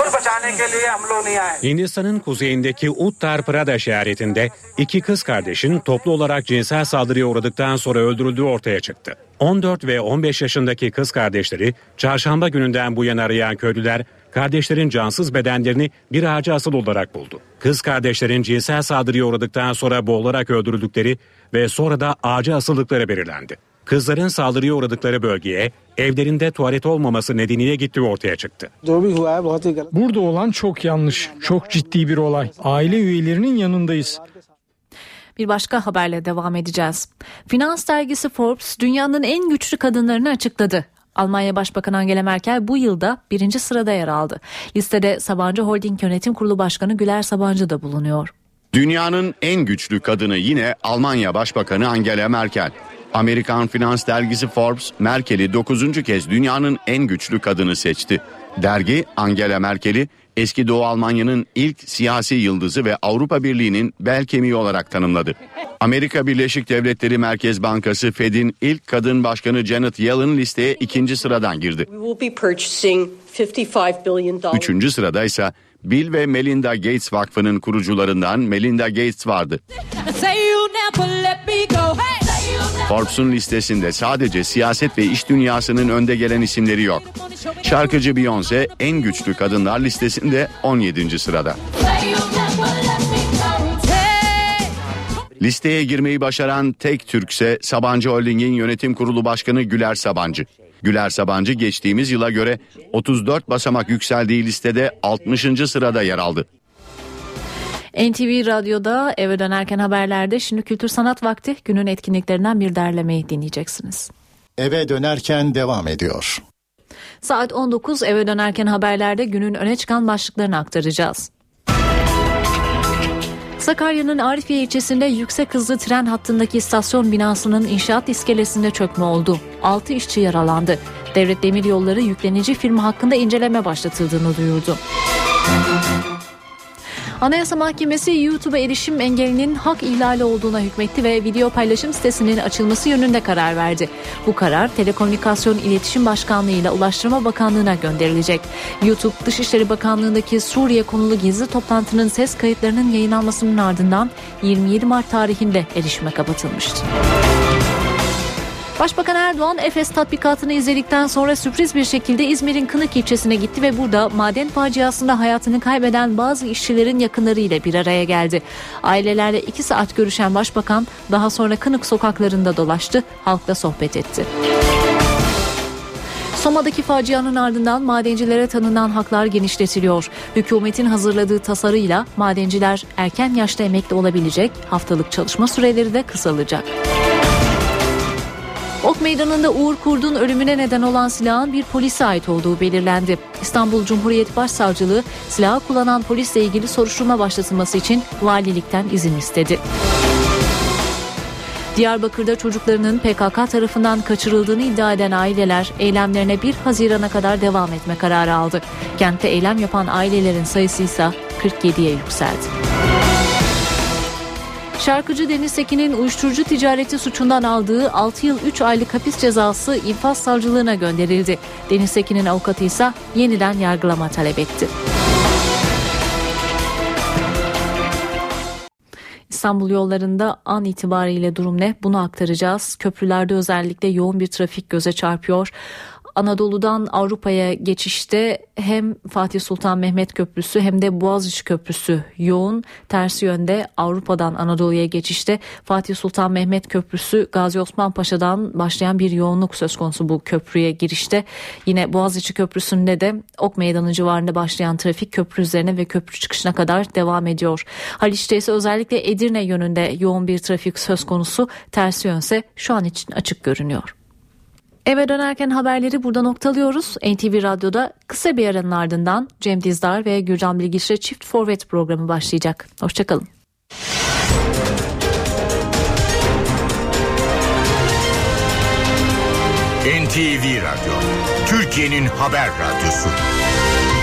Hindistan'ın kuzeyindeki Uttar Pradesh eyaletinde iki kız kardeşin toplu olarak cinsel saldırıya uğradıktan sonra öldürüldüğü ortaya çıktı. on dört ve on beş yaşındaki kız kardeşleri çarşamba gününden bu yana arayan köylüler kardeşlerin cansız bedenlerini bir ağaca asılı olarak buldu. Kız kardeşlerin cinsel saldırıya uğradıktan sonra boğularak öldürüldükleri ve sonra da ağaca asıldıkları belirlendi. Kızların saldırıya uğradıkları bölgeye evlerinde tuvalet olmaması nedeniyle gittiği ortaya çıktı.
Burada olan çok yanlış, çok ciddi bir olay. Aile üyelerinin yanındayız.
Bir başka haberle devam edeceğiz. Finans dergisi Forbes dünyanın en güçlü kadınlarını açıkladı. Almanya Başbakanı Angela Merkel bu yılda birinci sırada yer aldı. Listede Sabancı Holding Yönetim Kurulu Başkanı Güler Sabancı da bulunuyor.
Dünyanın en güçlü kadını yine Almanya Başbakanı Angela Merkel. Amerikan finans dergisi Forbes, Merkel'i dokuzuncu kez dünyanın en güçlü kadını seçti. Dergi, Angela Merkel'i eski Doğu Almanya'nın ilk siyasi yıldızı ve Avrupa Birliği'nin bel kemiği olarak tanımladı. Amerika Birleşik Devletleri Merkez Bankası Fed'in ilk kadın başkanı Janet Yellen listeye ikinci sıradan girdi. Üçüncü sırada ise Bill ve Melinda Gates Vakfı'nın kurucularından Melinda Gates vardı. Forbes'un listesinde sadece siyaset ve iş dünyasının önde gelen isimleri yok. Şarkıcı Beyoncé en güçlü kadınlar listesinde on yedinci sırada. Listeye girmeyi başaran tek Türk ise Sabancı Holding'in yönetim kurulu başkanı Güler Sabancı. Güler Sabancı geçtiğimiz yıla göre otuz dört basamak yükseldiği listede altmışıncı sırada yer aldı.
N T V Radyo'da eve dönerken haberlerde şimdi kültür sanat vakti, günün etkinliklerinden bir derlemeyi dinleyeceksiniz.
Eve dönerken devam ediyor.
Saat on dokuz eve dönerken haberlerde günün öne çıkan başlıklarını aktaracağız. Sakarya'nın Arifiye ilçesinde yüksek hızlı tren hattındaki istasyon binasının inşaat iskelesinde çökme oldu. altı işçi yaralandı. Devlet Demiryolları yüklenici firma hakkında inceleme başlatıldığını duyurdu. Anayasa Mahkemesi YouTube'a erişim engelinin hak ihlali olduğuna hükmetti ve video paylaşım sitesinin açılması yönünde karar verdi. Bu karar Telekomünikasyon İletişim Başkanlığı ile Ulaştırma Bakanlığı'na gönderilecek. YouTube, Dışişleri Bakanlığı'ndaki Suriye konulu gizli toplantının ses kayıtlarının yayınlanmasının ardından yirmi yedi Mart tarihinde erişime kapatılmıştı. Başbakan Erdoğan, Efes tatbikatını izledikten sonra sürpriz bir şekilde İzmir'in Kınık ilçesine gitti ve burada maden faciasında hayatını kaybeden bazı işçilerin yakınlarıyla bir araya geldi. Ailelerle iki saat görüşen Başbakan daha sonra Kınık sokaklarında dolaştı, halkla sohbet etti. Soma'daki facianın ardından madencilere tanınan haklar genişletiliyor. Hükümetin hazırladığı tasarıyla madenciler erken yaşta emekli olabilecek, haftalık çalışma süreleri de kısalacak. Ok Meydanı'nda Uğur Kurt'un ölümüne neden olan silahın bir polise ait olduğu belirlendi. İstanbul Cumhuriyet Başsavcılığı silahı kullanan polisle ilgili soruşturma başlatılması için valilikten izin istedi. Diyarbakır'da çocuklarının P K K tarafından kaçırıldığını iddia eden aileler eylemlerine bir Haziran'a kadar devam etme kararı aldı. Kentte eylem yapan ailelerin sayısı ise kırk yediye yükseldi. Şarkıcı Deniz Sekin'in uyuşturucu ticareti suçundan aldığı altı yıl üç aylık hapis cezası infaz savcılığına gönderildi. Deniz Sekin'in avukatı ise yeniden yargılama talep etti. İstanbul yollarında an itibariyle durum ne? Bunu aktaracağız. Köprülerde özellikle yoğun bir trafik göze çarpıyor. Anadolu'dan Avrupa'ya geçişte hem Fatih Sultan Mehmet Köprüsü hem de Boğaziçi Köprüsü yoğun. Tersi yönde Avrupa'dan Anadolu'ya geçişte Fatih Sultan Mehmet Köprüsü Gazi Osman Paşa'dan başlayan bir yoğunluk söz konusu bu köprüye girişte. Yine Boğaziçi Köprüsü'nde de Ok Meydanı civarında başlayan trafik köprü üzerine ve köprü çıkışına kadar devam ediyor. Haliç'te ise özellikle Edirne yönünde yoğun bir trafik söz konusu. Tersi yönse şu an için açık görünüyor. Eve dönerken haberleri burada noktalıyoruz. N T V Radyo'da kısa bir aranın ardından Cem Dizdar ve Gürcan Bilgiç'le Çift Forvet programı başlayacak. Hoşçakalın.
N T V Radyo, Türkiye'nin haber radyosu.